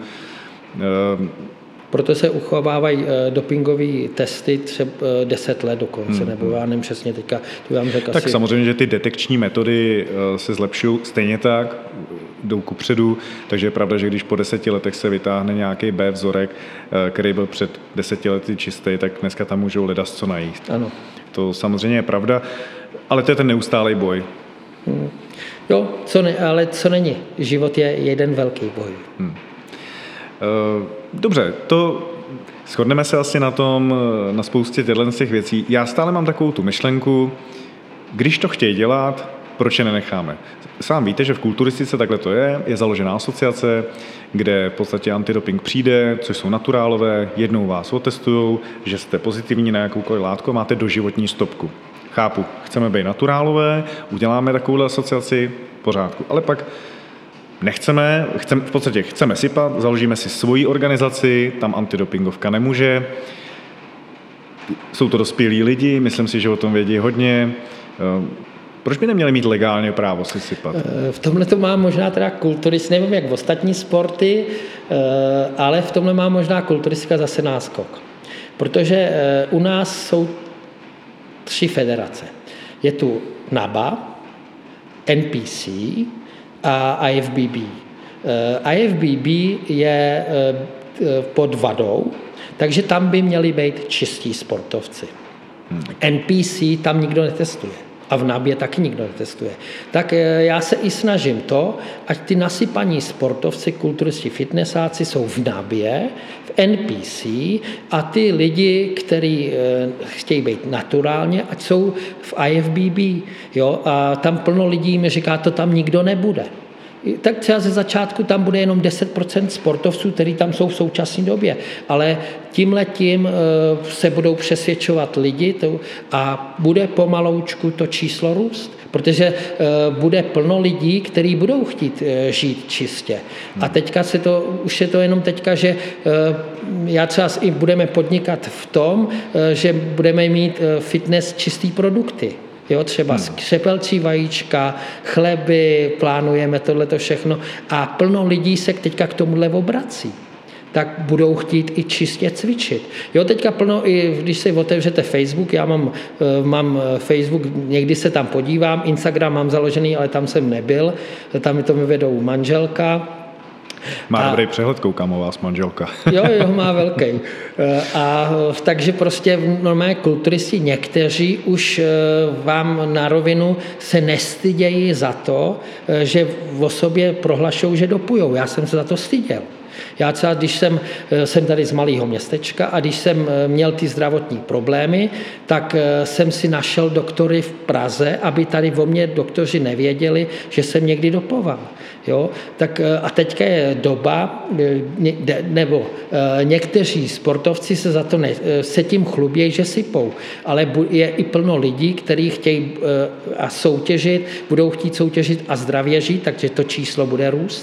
Proto se uchovávají dopingové testy třeba 10 let dokonce, nebo já nevím přesně teďka, to vám řekl tak asi. Samozřejmě, že ty detekční metody se zlepšují stejně tak, jdou kupředu, takže je pravda, že když po 10 letech se vytáhne nějaký B vzorek, který byl před 10 lety čistý, tak dneska tam můžou ledasco najít. Ano. To samozřejmě je pravda, ale to je ten neustálý boj. Jo, ale co není? Život je jeden velký boj. Dobře, to shodneme se asi na tom, na spoustě těch věcí. Já stále mám takovou tu myšlenku, když to chtějí dělat, proč je nenecháme? Sám víte, že v kulturistice takhle to je založená asociace, kde v podstatě antidoping přijde, což jsou naturálové, jednou vás otestujou, že jste pozitivní na jakoukoliv látku, máte doživotní stopku. Chápu, chceme být naturálové, uděláme takovou asociaci, v pořádku, ale pak chceme sypat, založíme si svoji organizaci, tam antidopingovka nemůže. Jsou to dospělí lidi, myslím si, že o tom vědí hodně. Proč by neměli mít legálně právo si sypat? V tomhle to má možná teda kulturist, nevím jak v ostatní sporty, ale v tomhle má možná kulturistika zase náskok. Protože u nás jsou 3 federace. Je tu NABA, NPC a IFBB. IFBB je pod vadou, takže tam by měli být čistí sportovci. NPC tam nikdo netestuje. A v NABě taky nikdo netestuje. Tak já se i snažím to, ať ty nasypaní sportovci, kulturisti, fitnessáci jsou v NABě, v NPC a ty lidi, kteří chtějí být naturálně, ať jsou v IFBB. Jo? A tam plno lidí mi říká, to tam nikdo nebude. Tak třeba ze začátku tam bude jenom 10% sportovců, kteří tam jsou v současné době, ale tímhletím se budou přesvědčovat lidi a bude pomaloučku to číslo růst, protože bude plno lidí, kteří budou chtít žít čistě. A teďka už je to jenom teďka, že já třeba i budeme podnikat v tom, že budeme mít fitness čistý produkty. Jo, třeba skřepelcí vajíčka, chleby, plánujeme tohleto všechno a plno lidí se teďka k tomuhle obrací. Tak budou chtít i čistě cvičit. Jo, teďka plno, i když si otevřete Facebook, já mám Facebook, někdy se tam podívám, Instagram mám založený, ale tam jsem nebyl, tam mi to vedou manželka. Má dobrý přehled, koukám o vás, manželka. Jo, má velký. Takže prostě normálně kulturisti někteří už vám na rovinu se nestydějí za to, že o sobě prohlašují, že dopujou. Já jsem se za to styděl. Já třeba, když jsem tady z malého městečka a když jsem měl ty zdravotní problémy, tak jsem si našel doktory v Praze, aby tady o mě doktoři nevěděli, že jsem někdy dopoval. Jo? Tak, a teďka je doba, nebo někteří sportovci se za to se tím chlubějí, že sypou, ale je i plno lidí, kteří chtějí budou chtít soutěžit a zdravě žít, takže to číslo bude růst.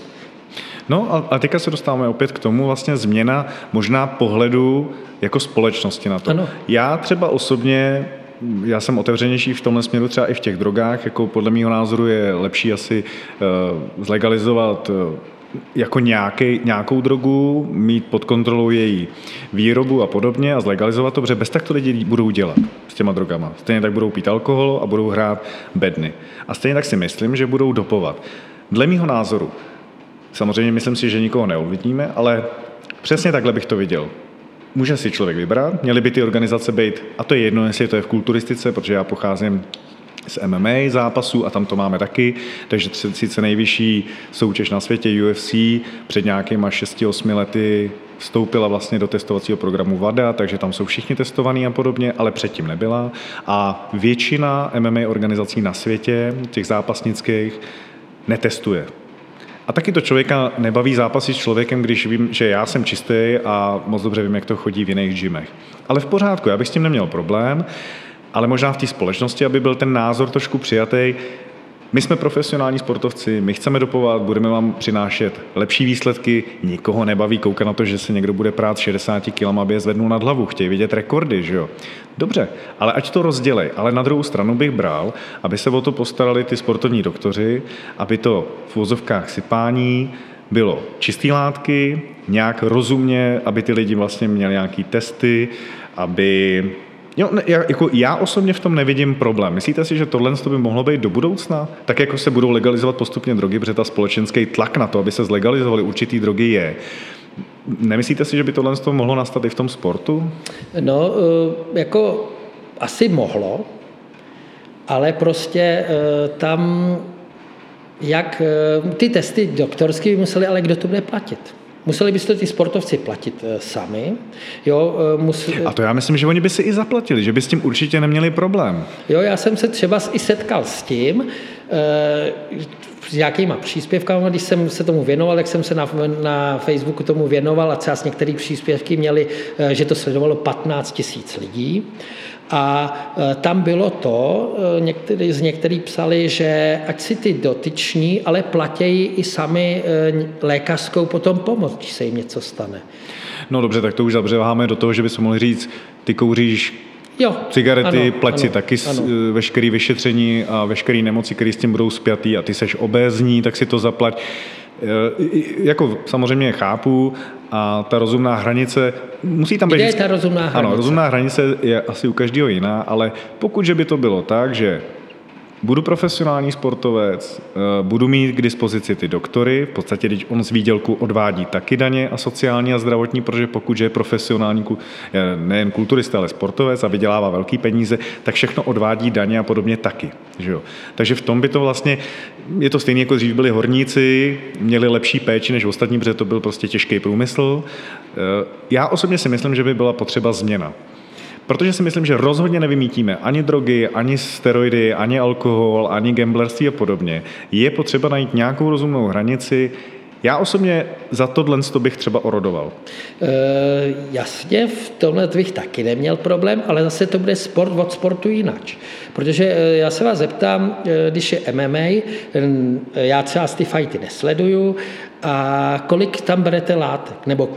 No a teďka se dostáváme opět k tomu, vlastně změna možná pohledu jako společnosti na to. Ano. Já třeba osobně, já jsem otevřenější v tomhle směru třeba i v těch drogách, jako podle mého názoru je lepší asi zlegalizovat jako nějakou drogu, mít pod kontrolou její výrobu a podobně a zlegalizovat to, protože bez tak to lidi budou dělat s těma drogama. Stejně tak budou pít alkohol a budou hrát bedny. A stejně tak si myslím, že budou dopovat. Dle mýho názoru, samozřejmě myslím si, že nikoho neovlivníme, ale přesně takhle bych to viděl. Může si člověk vybrat, měly by ty organizace být, a to je jedno, jestli to je v kulturistice, protože já pocházím z MMA zápasů a tam to máme taky, takže sice nejvyšší soutěž na světě UFC před nějakýma 6-8 lety vstoupila vlastně do testovacího programu WADA, takže tam jsou všichni testovaní a podobně, ale předtím nebyla a většina MMA organizací na světě, těch zápasnických, netestuje. A taky to člověka nebaví zápasy s člověkem, když vím, že já jsem čistý a moc dobře vím, jak to chodí v jiných gymech. Ale v pořádku, já bych s tím neměl problém, ale možná v té společnosti, aby byl ten názor trošku přijatý. My jsme profesionální sportovci, my chceme dopovat, budeme vám přinášet lepší výsledky, nikoho nebaví koukat na to, že se někdo bude prát 60 kg, aby je zvednul nad hlavu, chtějí vidět rekordy, že jo? Dobře, ale ať to rozdělej, ale na druhou stranu bych bral, aby se o to postarali ty sportovní doktoři, aby to v uvozovkách sypání bylo čistý látky, nějak rozumně, aby ty lidi vlastně měli nějaký testy, aby... Jo, já osobně v tom nevidím problém. Myslíte si, že tohle by mohlo být do budoucna? Tak jako se budou legalizovat postupně drogy, protože ta společenský tlak na to, aby se zlegalizovaly určitý drogy je. Nemyslíte si, že by tohle mohlo nastat i v tom sportu? No, jako asi mohlo, ale prostě tam ty testy doktorské by museli, ale kdo to bude platit? Museli byste ty sportovci platit sami. Jo, A to já myslím, že oni by si i zaplatili, že by s tím určitě neměli problém. Jo, já jsem se třeba i setkal s tím, s nějakýma příspěvkami, když jsem se tomu věnoval, tak jsem se na Facebooku tomu věnoval a třeba některé příspěvky měly, že to sledovalo 15 000 lidí. A tam bylo to, některý psali, že ať si ty dotyční, ale platějí i sami lékařskou potom pomoc, když se jim něco stane. No dobře, tak to už zabřeváme do toho, že bychom mohli říct, ty kouříš cigarety, ano, plať si taky veškerý vyšetření a veškerý nemoci, které s tím budou spjatý a ty seš obézní, tak si to zaplať. Jako samozřejmě chápu a ta rozumná hranice musí tam být... Kde je ta rozumná hranice? Ano, rozumná hranice je asi u každého jiná, ale pokud že by to bylo tak, že budu profesionální sportovec, budu mít k dispozici ty doktory, v podstatě když on z výdělku odvádí taky daně a sociální a zdravotní, protože pokud je profesionální nejen kulturista, ale sportovec a vydělává velký peníze, tak všechno odvádí daně a podobně taky. Že jo? Takže v tom by to vlastně, je to stejné, jako dřív byli horníci, měli lepší péči než ostatní, protože to byl prostě těžký průmysl. Já osobně si myslím, že by byla potřeba změna. Protože si myslím, že rozhodně nevymítíme ani drogy, ani steroidy, ani alkohol, ani gamblerství a podobně. Je potřeba najít nějakou rozumnou hranici. Já osobně za tohle bych třeba orodoval. Jasně, v tomhle bych taky neměl problém, ale zase to bude sport od sportu jinak. Protože já se vás zeptám, když je MMA, já třeba ty fighty nesleduju, a kolik tam berete látek? Nebo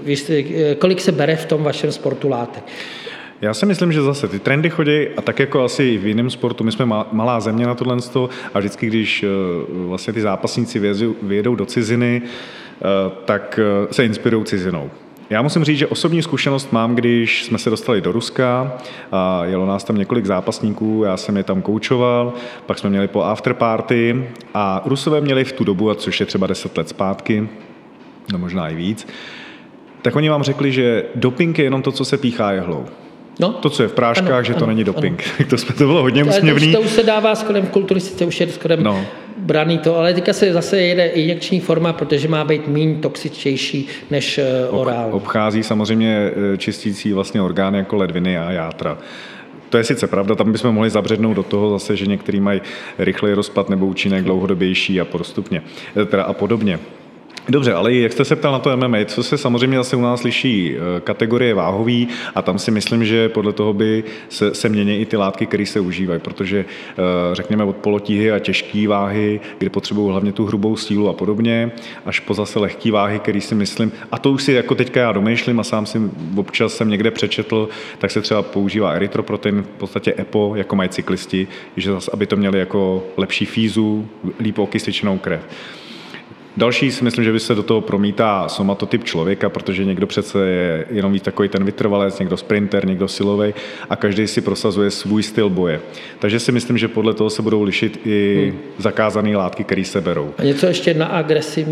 kolik se bere v tom vašem sportu látek? Já si myslím, že zase ty trendy chodí a tak jako asi i v jiném sportu, my jsme malá země na tohle a vždycky, když vlastně ty zápasníci vyjedou do ciziny, tak se inspirují cizinou. Já musím říct, že osobní zkušenost mám, když jsme se dostali do Ruska a jelo nás tam několik zápasníků, já jsem je tam koučoval, pak jsme měli po afterparty a Rusové měli v tu dobu, což je třeba 10 let zpátky, no možná i víc, tak oni vám řekli, že doping je jenom to, co se píchá jehlou. No, to, co je v práškách, ano, že to není doping. To bylo hodně úsměvný. To už se dává skorem v kulturistice, už je skorem braný to, ale teďka se zase jede injekční forma, protože má být méně toxičtější než orál. Obchází samozřejmě čistící vlastně orgány jako ledviny a játra. To je sice pravda, tam bychom mohli zabřednout do toho zase, že některý mají rychlej rozpad nebo účinek dlouhodobější a podobně. Dobře, ale jak jste se ptal na to MMA, co se samozřejmě zase u nás liší kategorie váhový a tam si myslím, že podle toho by se mění i ty látky, které se užívají, protože řekněme od polotíhy a těžké váhy, kde potřebují hlavně tu hrubou sílu a podobně, až po zase lehké váhy, který si myslím, a to už si jako teďka já domýšlím a sám si občas jsem někde přečetl, tak se třeba používá erytroprotein, v podstatě EPO, jako mají cyklisti, že zase, aby to měli jako lepší fízu, líp okysličenou krev. Další si myslím, že by se do toho promítá somatotyp člověka, protože někdo přece je jenom víc takový ten vytrvalec, někdo sprinter, někdo silový a každý si prosazuje svůj styl boje. Takže si myslím, že podle toho se budou lišit i zakázané látky, které se berou. A něco ještě na agresi?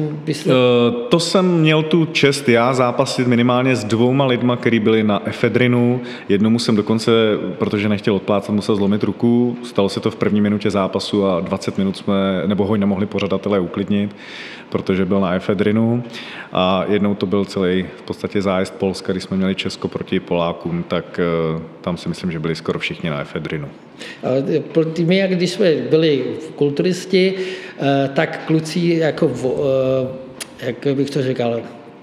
To jsem měl tu čest já zápasit minimálně s 2 lidma, kteří byli na efedrinu. Jednomu jsem dokonce, protože nechtěl odplácat, musel zlomit ruku. Stalo se to v první minutě zápasu a 20 minut ho nemohli pořadatelé uklidnit, protože byl na efedrinu a jednou to byl celý v podstatě zájezd Polska, když jsme měli Česko proti Polákům, tak tam si myslím, že byli skoro všichni na efedrinu. My, jak když jsme byli kulturisti, tak kluci, jako, jak bych to říkal,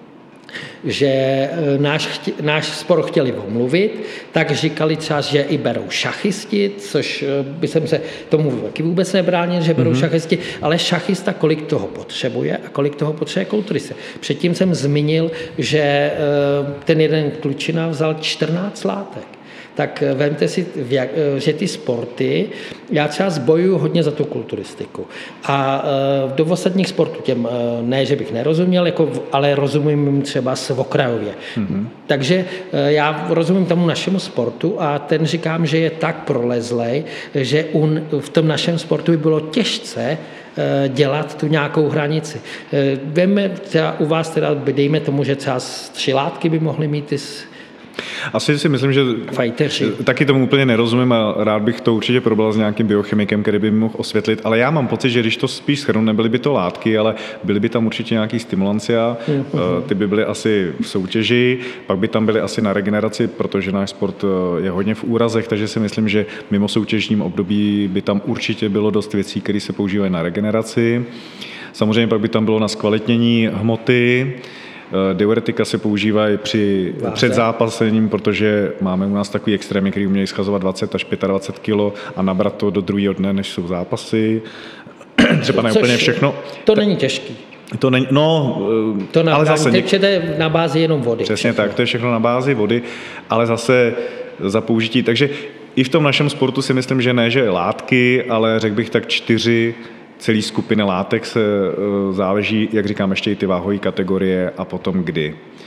že náš sport chtěli omluvit, tak říkali třeba, že i berou šachisti, což by jsem se tomu taky vůbec nebránil, že berou šachisti, ale šachista kolik toho potřebuje a kolik toho potřebuje kulturista. Předtím jsem zmínil, že ten jeden klučina vzal 14 látek. Tak vemte si, že ty sporty, já třeba bojuju hodně za tu kulturistiku. A do ostatních sportů těm, ne, že bych nerozuměl, ale rozumím jim třeba okrajově. Takže já rozumím tomu našemu sportu a ten říkám, že je tak prolezlej, že v tom našem sportu by bylo těžce dělat tu nějakou hranici. Veme třeba u vás, teda dejme tomu, že třeba 3 látky by mohly mít asi si myslím, že fajteři. Taky tomu úplně nerozumím a rád bych to určitě probral s nějakým biochemikem, který by mi mohl osvětlit, ale já mám pocit, že když to spíš shrnu, nebyly by to látky, ale byly by tam určitě nějaký stimulancia, ty by byly asi v soutěži, pak by tam byly asi na regeneraci, protože náš sport je hodně v úrazech, takže si myslím, že mimo soutěžním období by tam určitě bylo dost věcí, které se používají na regeneraci. Samozřejmě pak by tam bylo na zkvalitnění hmoty. Diuretika se používají před zápasením, protože máme u nás takový extrémy, který umějí schazovat 20 až 25 kg a nabrat to do druhého dne, než jsou zápasy. Třeba ne úplně všechno. To není těžký. To není, ale zase... To je na bázi jenom vody. Přesně tak, to je všechno na bázi vody, ale zase za použití. Takže i v tom našem sportu si myslím, že ne, že látky, ale řekl bych tak 4 celý skupiny látek se záleží, jak říkám, ještě i ty váhové kategorie a potom kdy.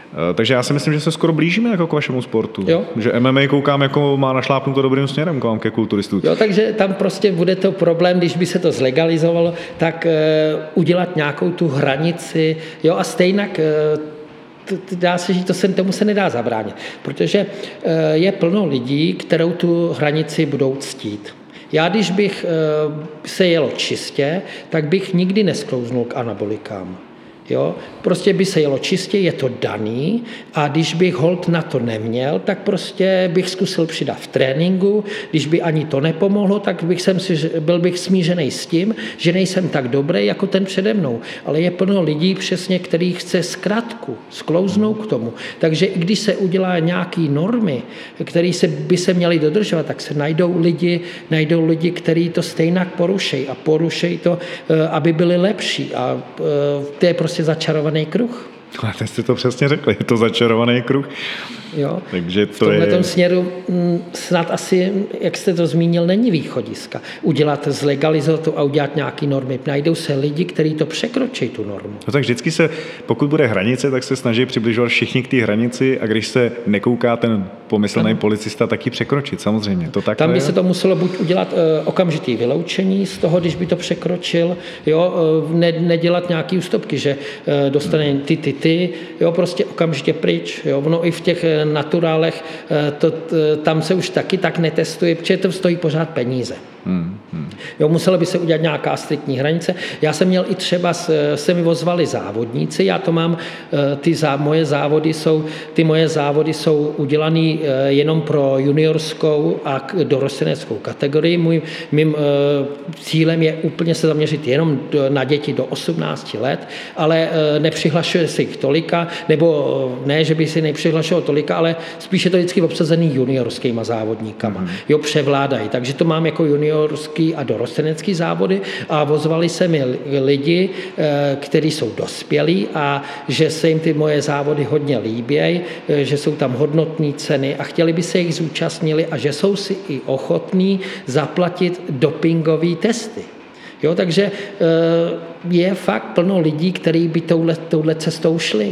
Takže já si myslím, že se skoro blížíme jako k vašemu sportu. Jo. Že MMA koukám, jako má našlápnuto dobrým směrem ke kulturistům. Jo, takže tam prostě bude to problém, když by se to zlegalizovalo, tak udělat nějakou tu hranici. Jo, a stejnak dá se říct, tomu se nedá zabránit, protože je plno lidí, kterou tu hranici budou ctít. Já, když bych se jelo čistě, tak bych nikdy nesklouznul k anabolikám. Jo? Prostě by se jelo čistě, je to daný a když bych hold na to neměl, tak prostě bych zkusil přidat v tréninku. Když by ani to nepomohlo, tak byl bych smířený s tím, že nejsem tak dobrý jako ten přede mnou. Ale je plno lidí přesně, který chce zkratku, sklouznout k tomu. Takže i když se udělá nějaký normy, které by se měly dodržovat, tak se najdou lidi, kteří to stejnak porušejí a porušejí to, aby byli lepší. A to je prostě začarovaný kruh. Ale teď jste to přesně řekli, je to začarovaný kruh. Jo. Takže v tomhletom směru snad asi, jak jste to zmínil, není východiska. Zlegalizovat to a udělat nějaké normy. Najdou se lidi, kteří to překročí, tu normu. No tak vždycky pokud bude hranice, tak se snaží přibližovat všichni k té hranici a když se nekouká ten pomyslný policista, tak ji překročit, samozřejmě. To tak tam by se to muselo buď udělat okamžitý vyloučení z toho, když by to překročil, jo, nedělat nějaký ústupky, že dostane ty, jo, prostě okamžitě pryč. Jo. Ono i v těch naturálech, tam se už taky tak netestuje, protože to stojí pořád peníze. Jo, muselo by se udělat nějaká striktní hranice. Já jsem měl i třeba, se mi ozvali závodníci, já to mám, ty moje závody jsou udělané jenom pro juniorskou a dorosteneckou kategorii. Mým cílem je úplně se zaměřit jenom na děti do 18 let, ale nepřihlašuje se jich tolika, nebo ne, že by si nepřihlašoval tolika, ale spíš je to vždycky obsazený juniorskýma závodníkama. Jo, převládají. Takže to mám jako juniorský a dorostenecký závody a ozvali se mi lidi, kteří jsou dospělí a že se jim ty moje závody hodně líbějí, že jsou tam hodnotné ceny a chtěli by se jich zúčastnili a že jsou si i ochotní zaplatit dopingové testy. Jo, takže je fakt plno lidí, kteří by touhle cestou šli.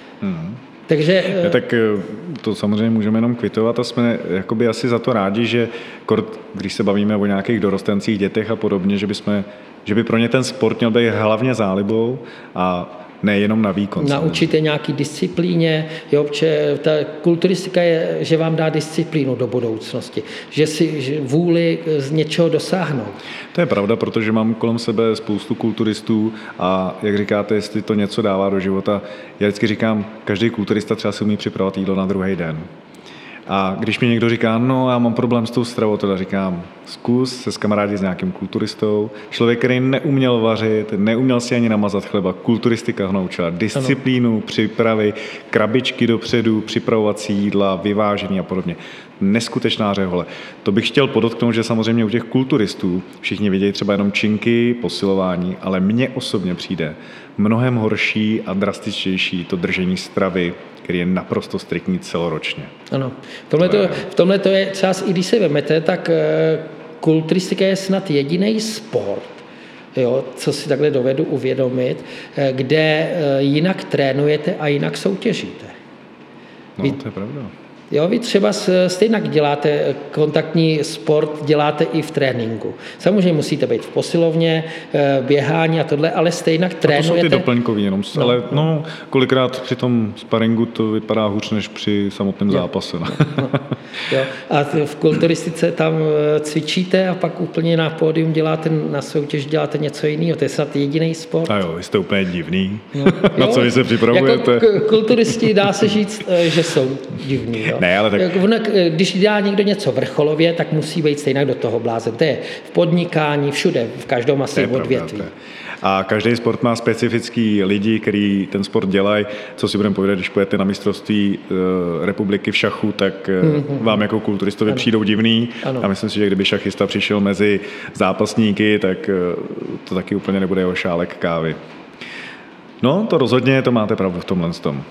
Takže, tak to samozřejmě můžeme jenom kvitovat a jsme jakoby asi za to rádi, že když se bavíme o nějakých dorostencích, dětech a podobně, že by pro ně ten sport měl být hlavně zálibou a nejenom na výkon. Naučíte nějaký disciplíně, jo, protože ta kulturistika je, že vám dá disciplínu do budoucnosti, že vůli z něčeho dosáhnout. To je pravda, protože mám kolem sebe spoustu kulturistů a jak říkáte, jestli to něco dává do života, já vždycky říkám, každý kulturista třeba si umí připravovat jídlo na druhý den. A když mi někdo říká, no já mám problém s tou stravou, teda říkám, zkus se skamarádit s nějakým kulturistou. Člověk, který neuměl vařit, neuměl si ani namazat chleba, kulturistika ho naučila disciplínu, přípravy, krabičky dopředu, připravovací jídla, vyvážení a podobně. Neskutečná řehole. To bych chtěl podotknout, že samozřejmě u těch kulturistů všichni vidějí třeba jenom činky, posilování, ale mně osobně přijde mnohem horší a drastičtější to držení stravy, který je naprosto striktní celoročně. Ano. V tomhle to je třeba, i když se vemete, tak kulturistika je snad jediný sport, jo, co si takhle dovedu uvědomit, kde jinak trénujete a jinak soutěžíte. No, to je pravda. Jo, vy třeba stejně děláte kontaktní sport, děláte i v tréninku. Samozřejmě musíte být v posilovně, běhání a tohle, ale stejně trénujete. A to jsou ty doplňkový jenom, ale kolikrát při tom sparingu to vypadá hůř než při samotném zápase. Jo. A v kulturistice tam cvičíte a pak úplně na pódium na soutěž děláte něco jiného. To je snad jediný sport. A jo, vy jste úplně divný. Na co vy se připravujete? Jako kulturisti dá se říct, že jsou divní. Jo. Ne, ale tak... Když dělá někdo něco vrcholově, tak musí být stejně do toho blázen. To je v podnikání, všude, v každém asi odvětví. A každý sport má specifický lidi, kteří ten sport dělají. Co si budeme povědět, když pojete na mistrovství republiky v šachu, tak vám jako kulturistovi přijdou divný. Ano. A myslím si, že kdyby šachista přišel mezi zápasníky, tak to taky úplně nebude jeho šálek kávy. No, to rozhodně, to máte pravdu v tomhle tom.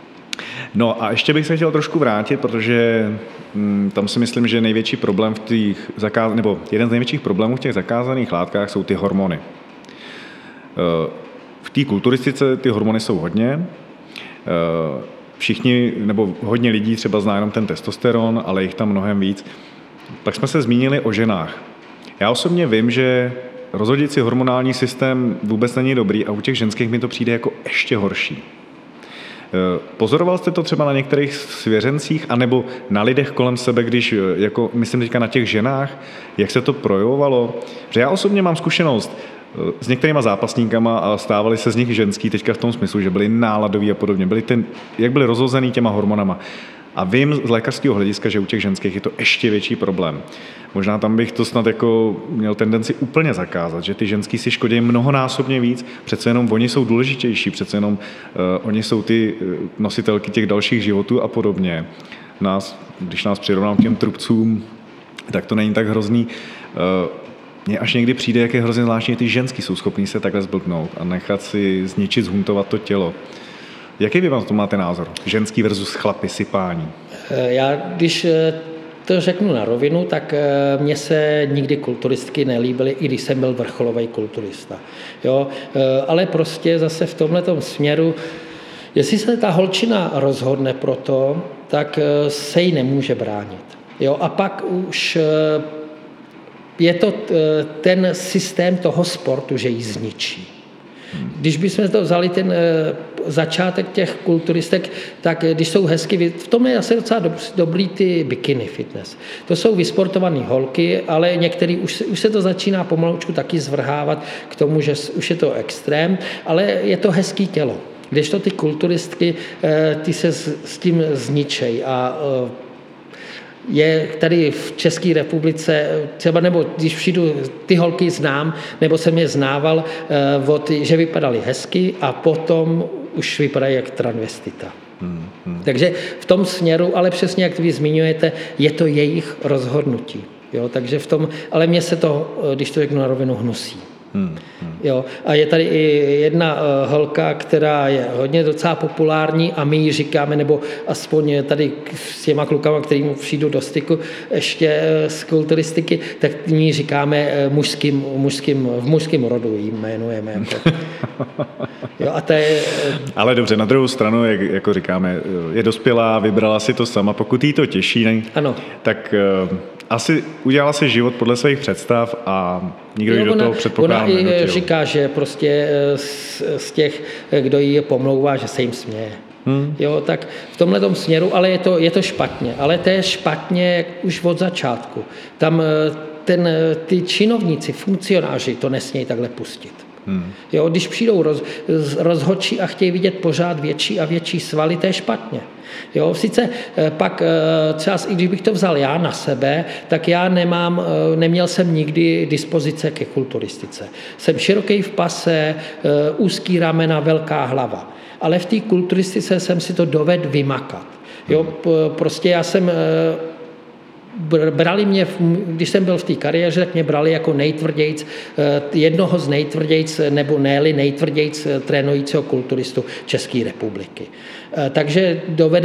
No a ještě bych se chtěl trošku vrátit, protože tam si myslím, že největší problém jeden z největších problémů v těch zakázaných látkách jsou ty hormony. V té kulturistice ty hormony jsou hodně. všichni, nebo hodně lidí třeba zná jenom ten testosteron, ale jich tam mnohem víc. Pak jsme se zmínili o ženách. Já osobně vím, že rozhodící hormonální systém vůbec není dobrý a u těch ženských mi to přijde jako ještě horší. Pozoroval jste to třeba na některých svěřencích anebo na lidech kolem sebe, když, jako myslím teďka na těch ženách, jak se to projevovalo? Že já osobně mám zkušenost s některýma zápasníkama a stávali se z nich ženský teďka v tom smyslu, že byli náladoví a podobně, jak byli rozhozený těma hormonama. A vím z lékařského hlediska, že u těch ženských je to ještě větší problém. Možná tam bych to snad jako měl tendenci úplně zakázat, že ty ženský si škodí mnohonásobně víc, přece jenom oni jsou důležitější, přece jenom oni jsou ty nositelky těch dalších životů a podobně. Když nás přirovnám k těm trubcům, tak to není tak hrozný. Mně až někdy přijde, jak je hrozně zvláštní, ty ženský jsou schopní se takhle zblbnout a nechat si zničit, zhuntovat to tělo. Jaký vy vám to máte názor? Ženský versus chlapy, sypání. Já, když to řeknu na rovinu, tak mně se nikdy kulturistky nelíbily, i když jsem byl vrcholový kulturista. Jo? Ale prostě zase v tomhletom směru, jestli se ta holčina rozhodne pro to, tak se jí nemůže bránit. Jo? A pak už je to ten systém toho sportu, že ji zničí. Když bychom to vzali ten začátek těch kulturistek, tak když jsou hezky, v tom je asi docela dobrý ty bikini fitness. To jsou vysportované holky, ale některý už se to začíná pomalučku taky zvrhávat k tomu, že už je to extrém, ale je to hezký tělo. Kdežto ty kulturistky, ty se s tím zničej a je tady v České republice, třeba nebo když přijdu, ty holky znám, nebo jsem je znával, že vypadaly hezky a potom už vypadají jak transvestita. Takže v tom směru, ale přesně jak vy zmiňujete, je to jejich rozhodnutí. Jo? Takže v tom, ale mně se to, když to řeknu na rovinu, hnusí. Jo. A je tady i jedna holka, která je hodně docela populární a my ji říkáme, nebo aspoň tady s těma klukama, kterým přijdu do styku ještě z kulturistiky, tak my ji říkáme v mužském rodu ji jmenujeme. Jako. Jo, a to je... Ale dobře, na druhou stranu, jak jako říkáme, je dospělá, vybrala si to sama, pokud jí to těší, ne? Ano. Tak asi udělala si život podle svých představ a nikdo ji do toho předpokládá nenutil. Ona i říká, že prostě z těch, kdo ji pomlouvá, že se jim směje. Jo, tak v tomhletom směru, ale je to špatně. Ale to je špatně už od začátku. Tam ty činovníci, funkcionáři to nesmějí takhle pustit. Jo, když přijdou rozhodčí a chtějí vidět pořád větší a větší svaly, to je špatně. Jo, sice pak třeba, i když bych to vzal já na sebe, tak já neměl jsem nikdy dispozice ke kulturistice. Jsem široký v pase, úzký ramena, velká hlava. Ale v té kulturistice jsem si to dovedl vymakat. Jo, prostě já jsem... Brali mě, když jsem byl v té kariéře, tak mě brali jako nejtvrdějc, jednoho z nejtvrdějc, nebo ne-li nejtvrdějc trénujícího kulturistu České republiky. Takže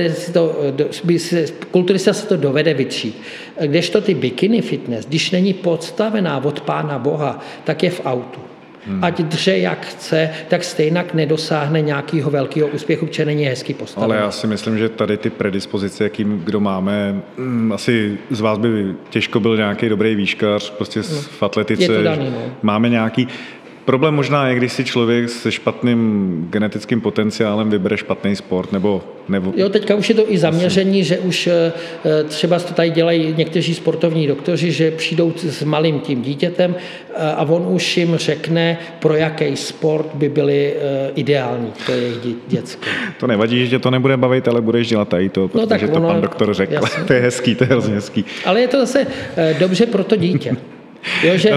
kulturista se to dovede vytřít. Kdežto ty bikini fitness, když není podstavená od Pána Boha, tak je v autu. Ať dře jak chce, tak stejnak nedosáhne nějakého velkého úspěchu, protože není hezky postavený. Ale já si myslím, že tady ty predispozice, jakým kdo máme, asi z vás by těžko byl nějaký dobrý výškař, prostě v atletice. Je to daný, no. Máme nějaký... Problém možná je, když si člověk se špatným genetickým potenciálem vybere špatný sport, nebo... Jo, teďka už je to i zaměření, že už třeba to tady dělají někteří sportovní doktoři, že přijdou s malým tím dítětem a on už jim řekne, pro jaký sport by byly ideální, to je jejich děcko. To nevadí, že tě to nebude bavit, ale budeš dělat tady to, protože to pan doktor řekl. Jasný. To je hezký, to je hrozně hezký. Ale je to zase dobře pro to dítě. Jo, že,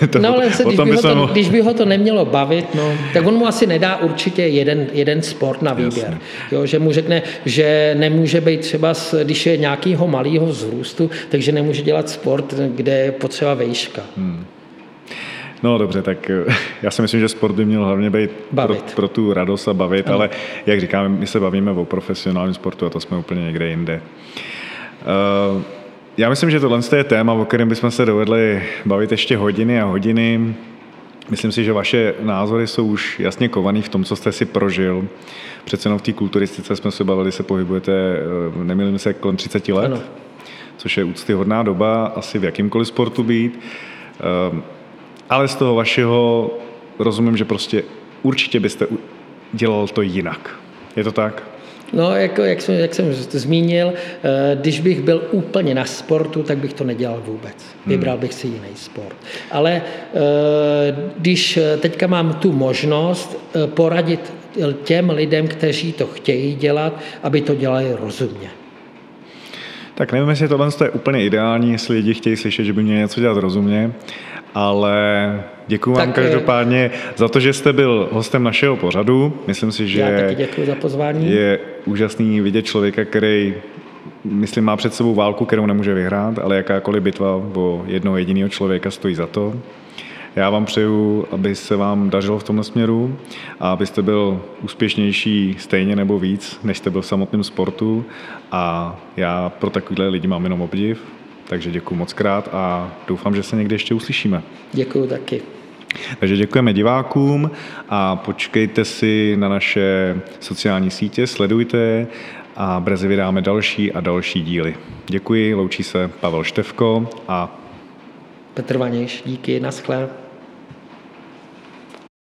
když by ho to nemělo bavit, tak on mu asi nedá určitě jeden sport na výběr. Jo, že mu řekne, že nemůže být třeba, když je nějakýho malého vzrůstu, takže nemůže dělat sport, kde je potřeba vejška. No dobře, tak já si myslím, že sport by měl hlavně být pro tu radost a bavit, ale jak říkáme, my se bavíme o profesionálním sportu a to jsme úplně někde jinde. Já myslím, že tohle je téma, o kterém bychom se dovedli bavit ještě hodiny a hodiny. Myslím si, že vaše názory jsou už jasně kovaný v tom, co jste si prožil. Přece jenom v té kulturistice jsme se bavili, se pohybujete, nemýlím se, kolem 30 let, ano. Což je úctyhodná doba, asi v jakýmkoliv sportu být. Ale z toho vašeho rozumím, že prostě určitě byste dělal to jinak. Je to tak? No, jak jsem zmínil, když bych byl úplně na sportu, tak bych to nedělal vůbec. Vybral bych si jiný sport. Ale když teďka mám tu možnost poradit těm lidem, kteří to chtějí dělat, aby to dělali rozumně. Tak nevím, jestli tohle je úplně ideální, jestli lidi chtějí slyšet, že by měli něco dělat rozumně, ale děkuji vám každopádně za to, že jste byl hostem našeho pořadu. Myslím si, že já taky děkuji za pozvání. Je úžasný vidět člověka, který, myslím, má před sebou válku, kterou nemůže vyhrát, ale jakákoliv bitva o jednoho jediného člověka stojí za to. Já vám přeju, aby se vám dařilo v tomhle směru a abyste byl úspěšnější stejně nebo víc, než jste byl v samotném sportu. A já pro takovýhle lidi mám jenom obdiv, takže děkuji moc krát a doufám, že se někdy ještě uslyšíme. Děkuji taky. Takže děkujeme divákům a počkejte si na naše sociální sítě, sledujte je a brzy vydáme další a další díly. Děkuji, loučí se Pavel Števko a Petr Vaněš, díky, naschle.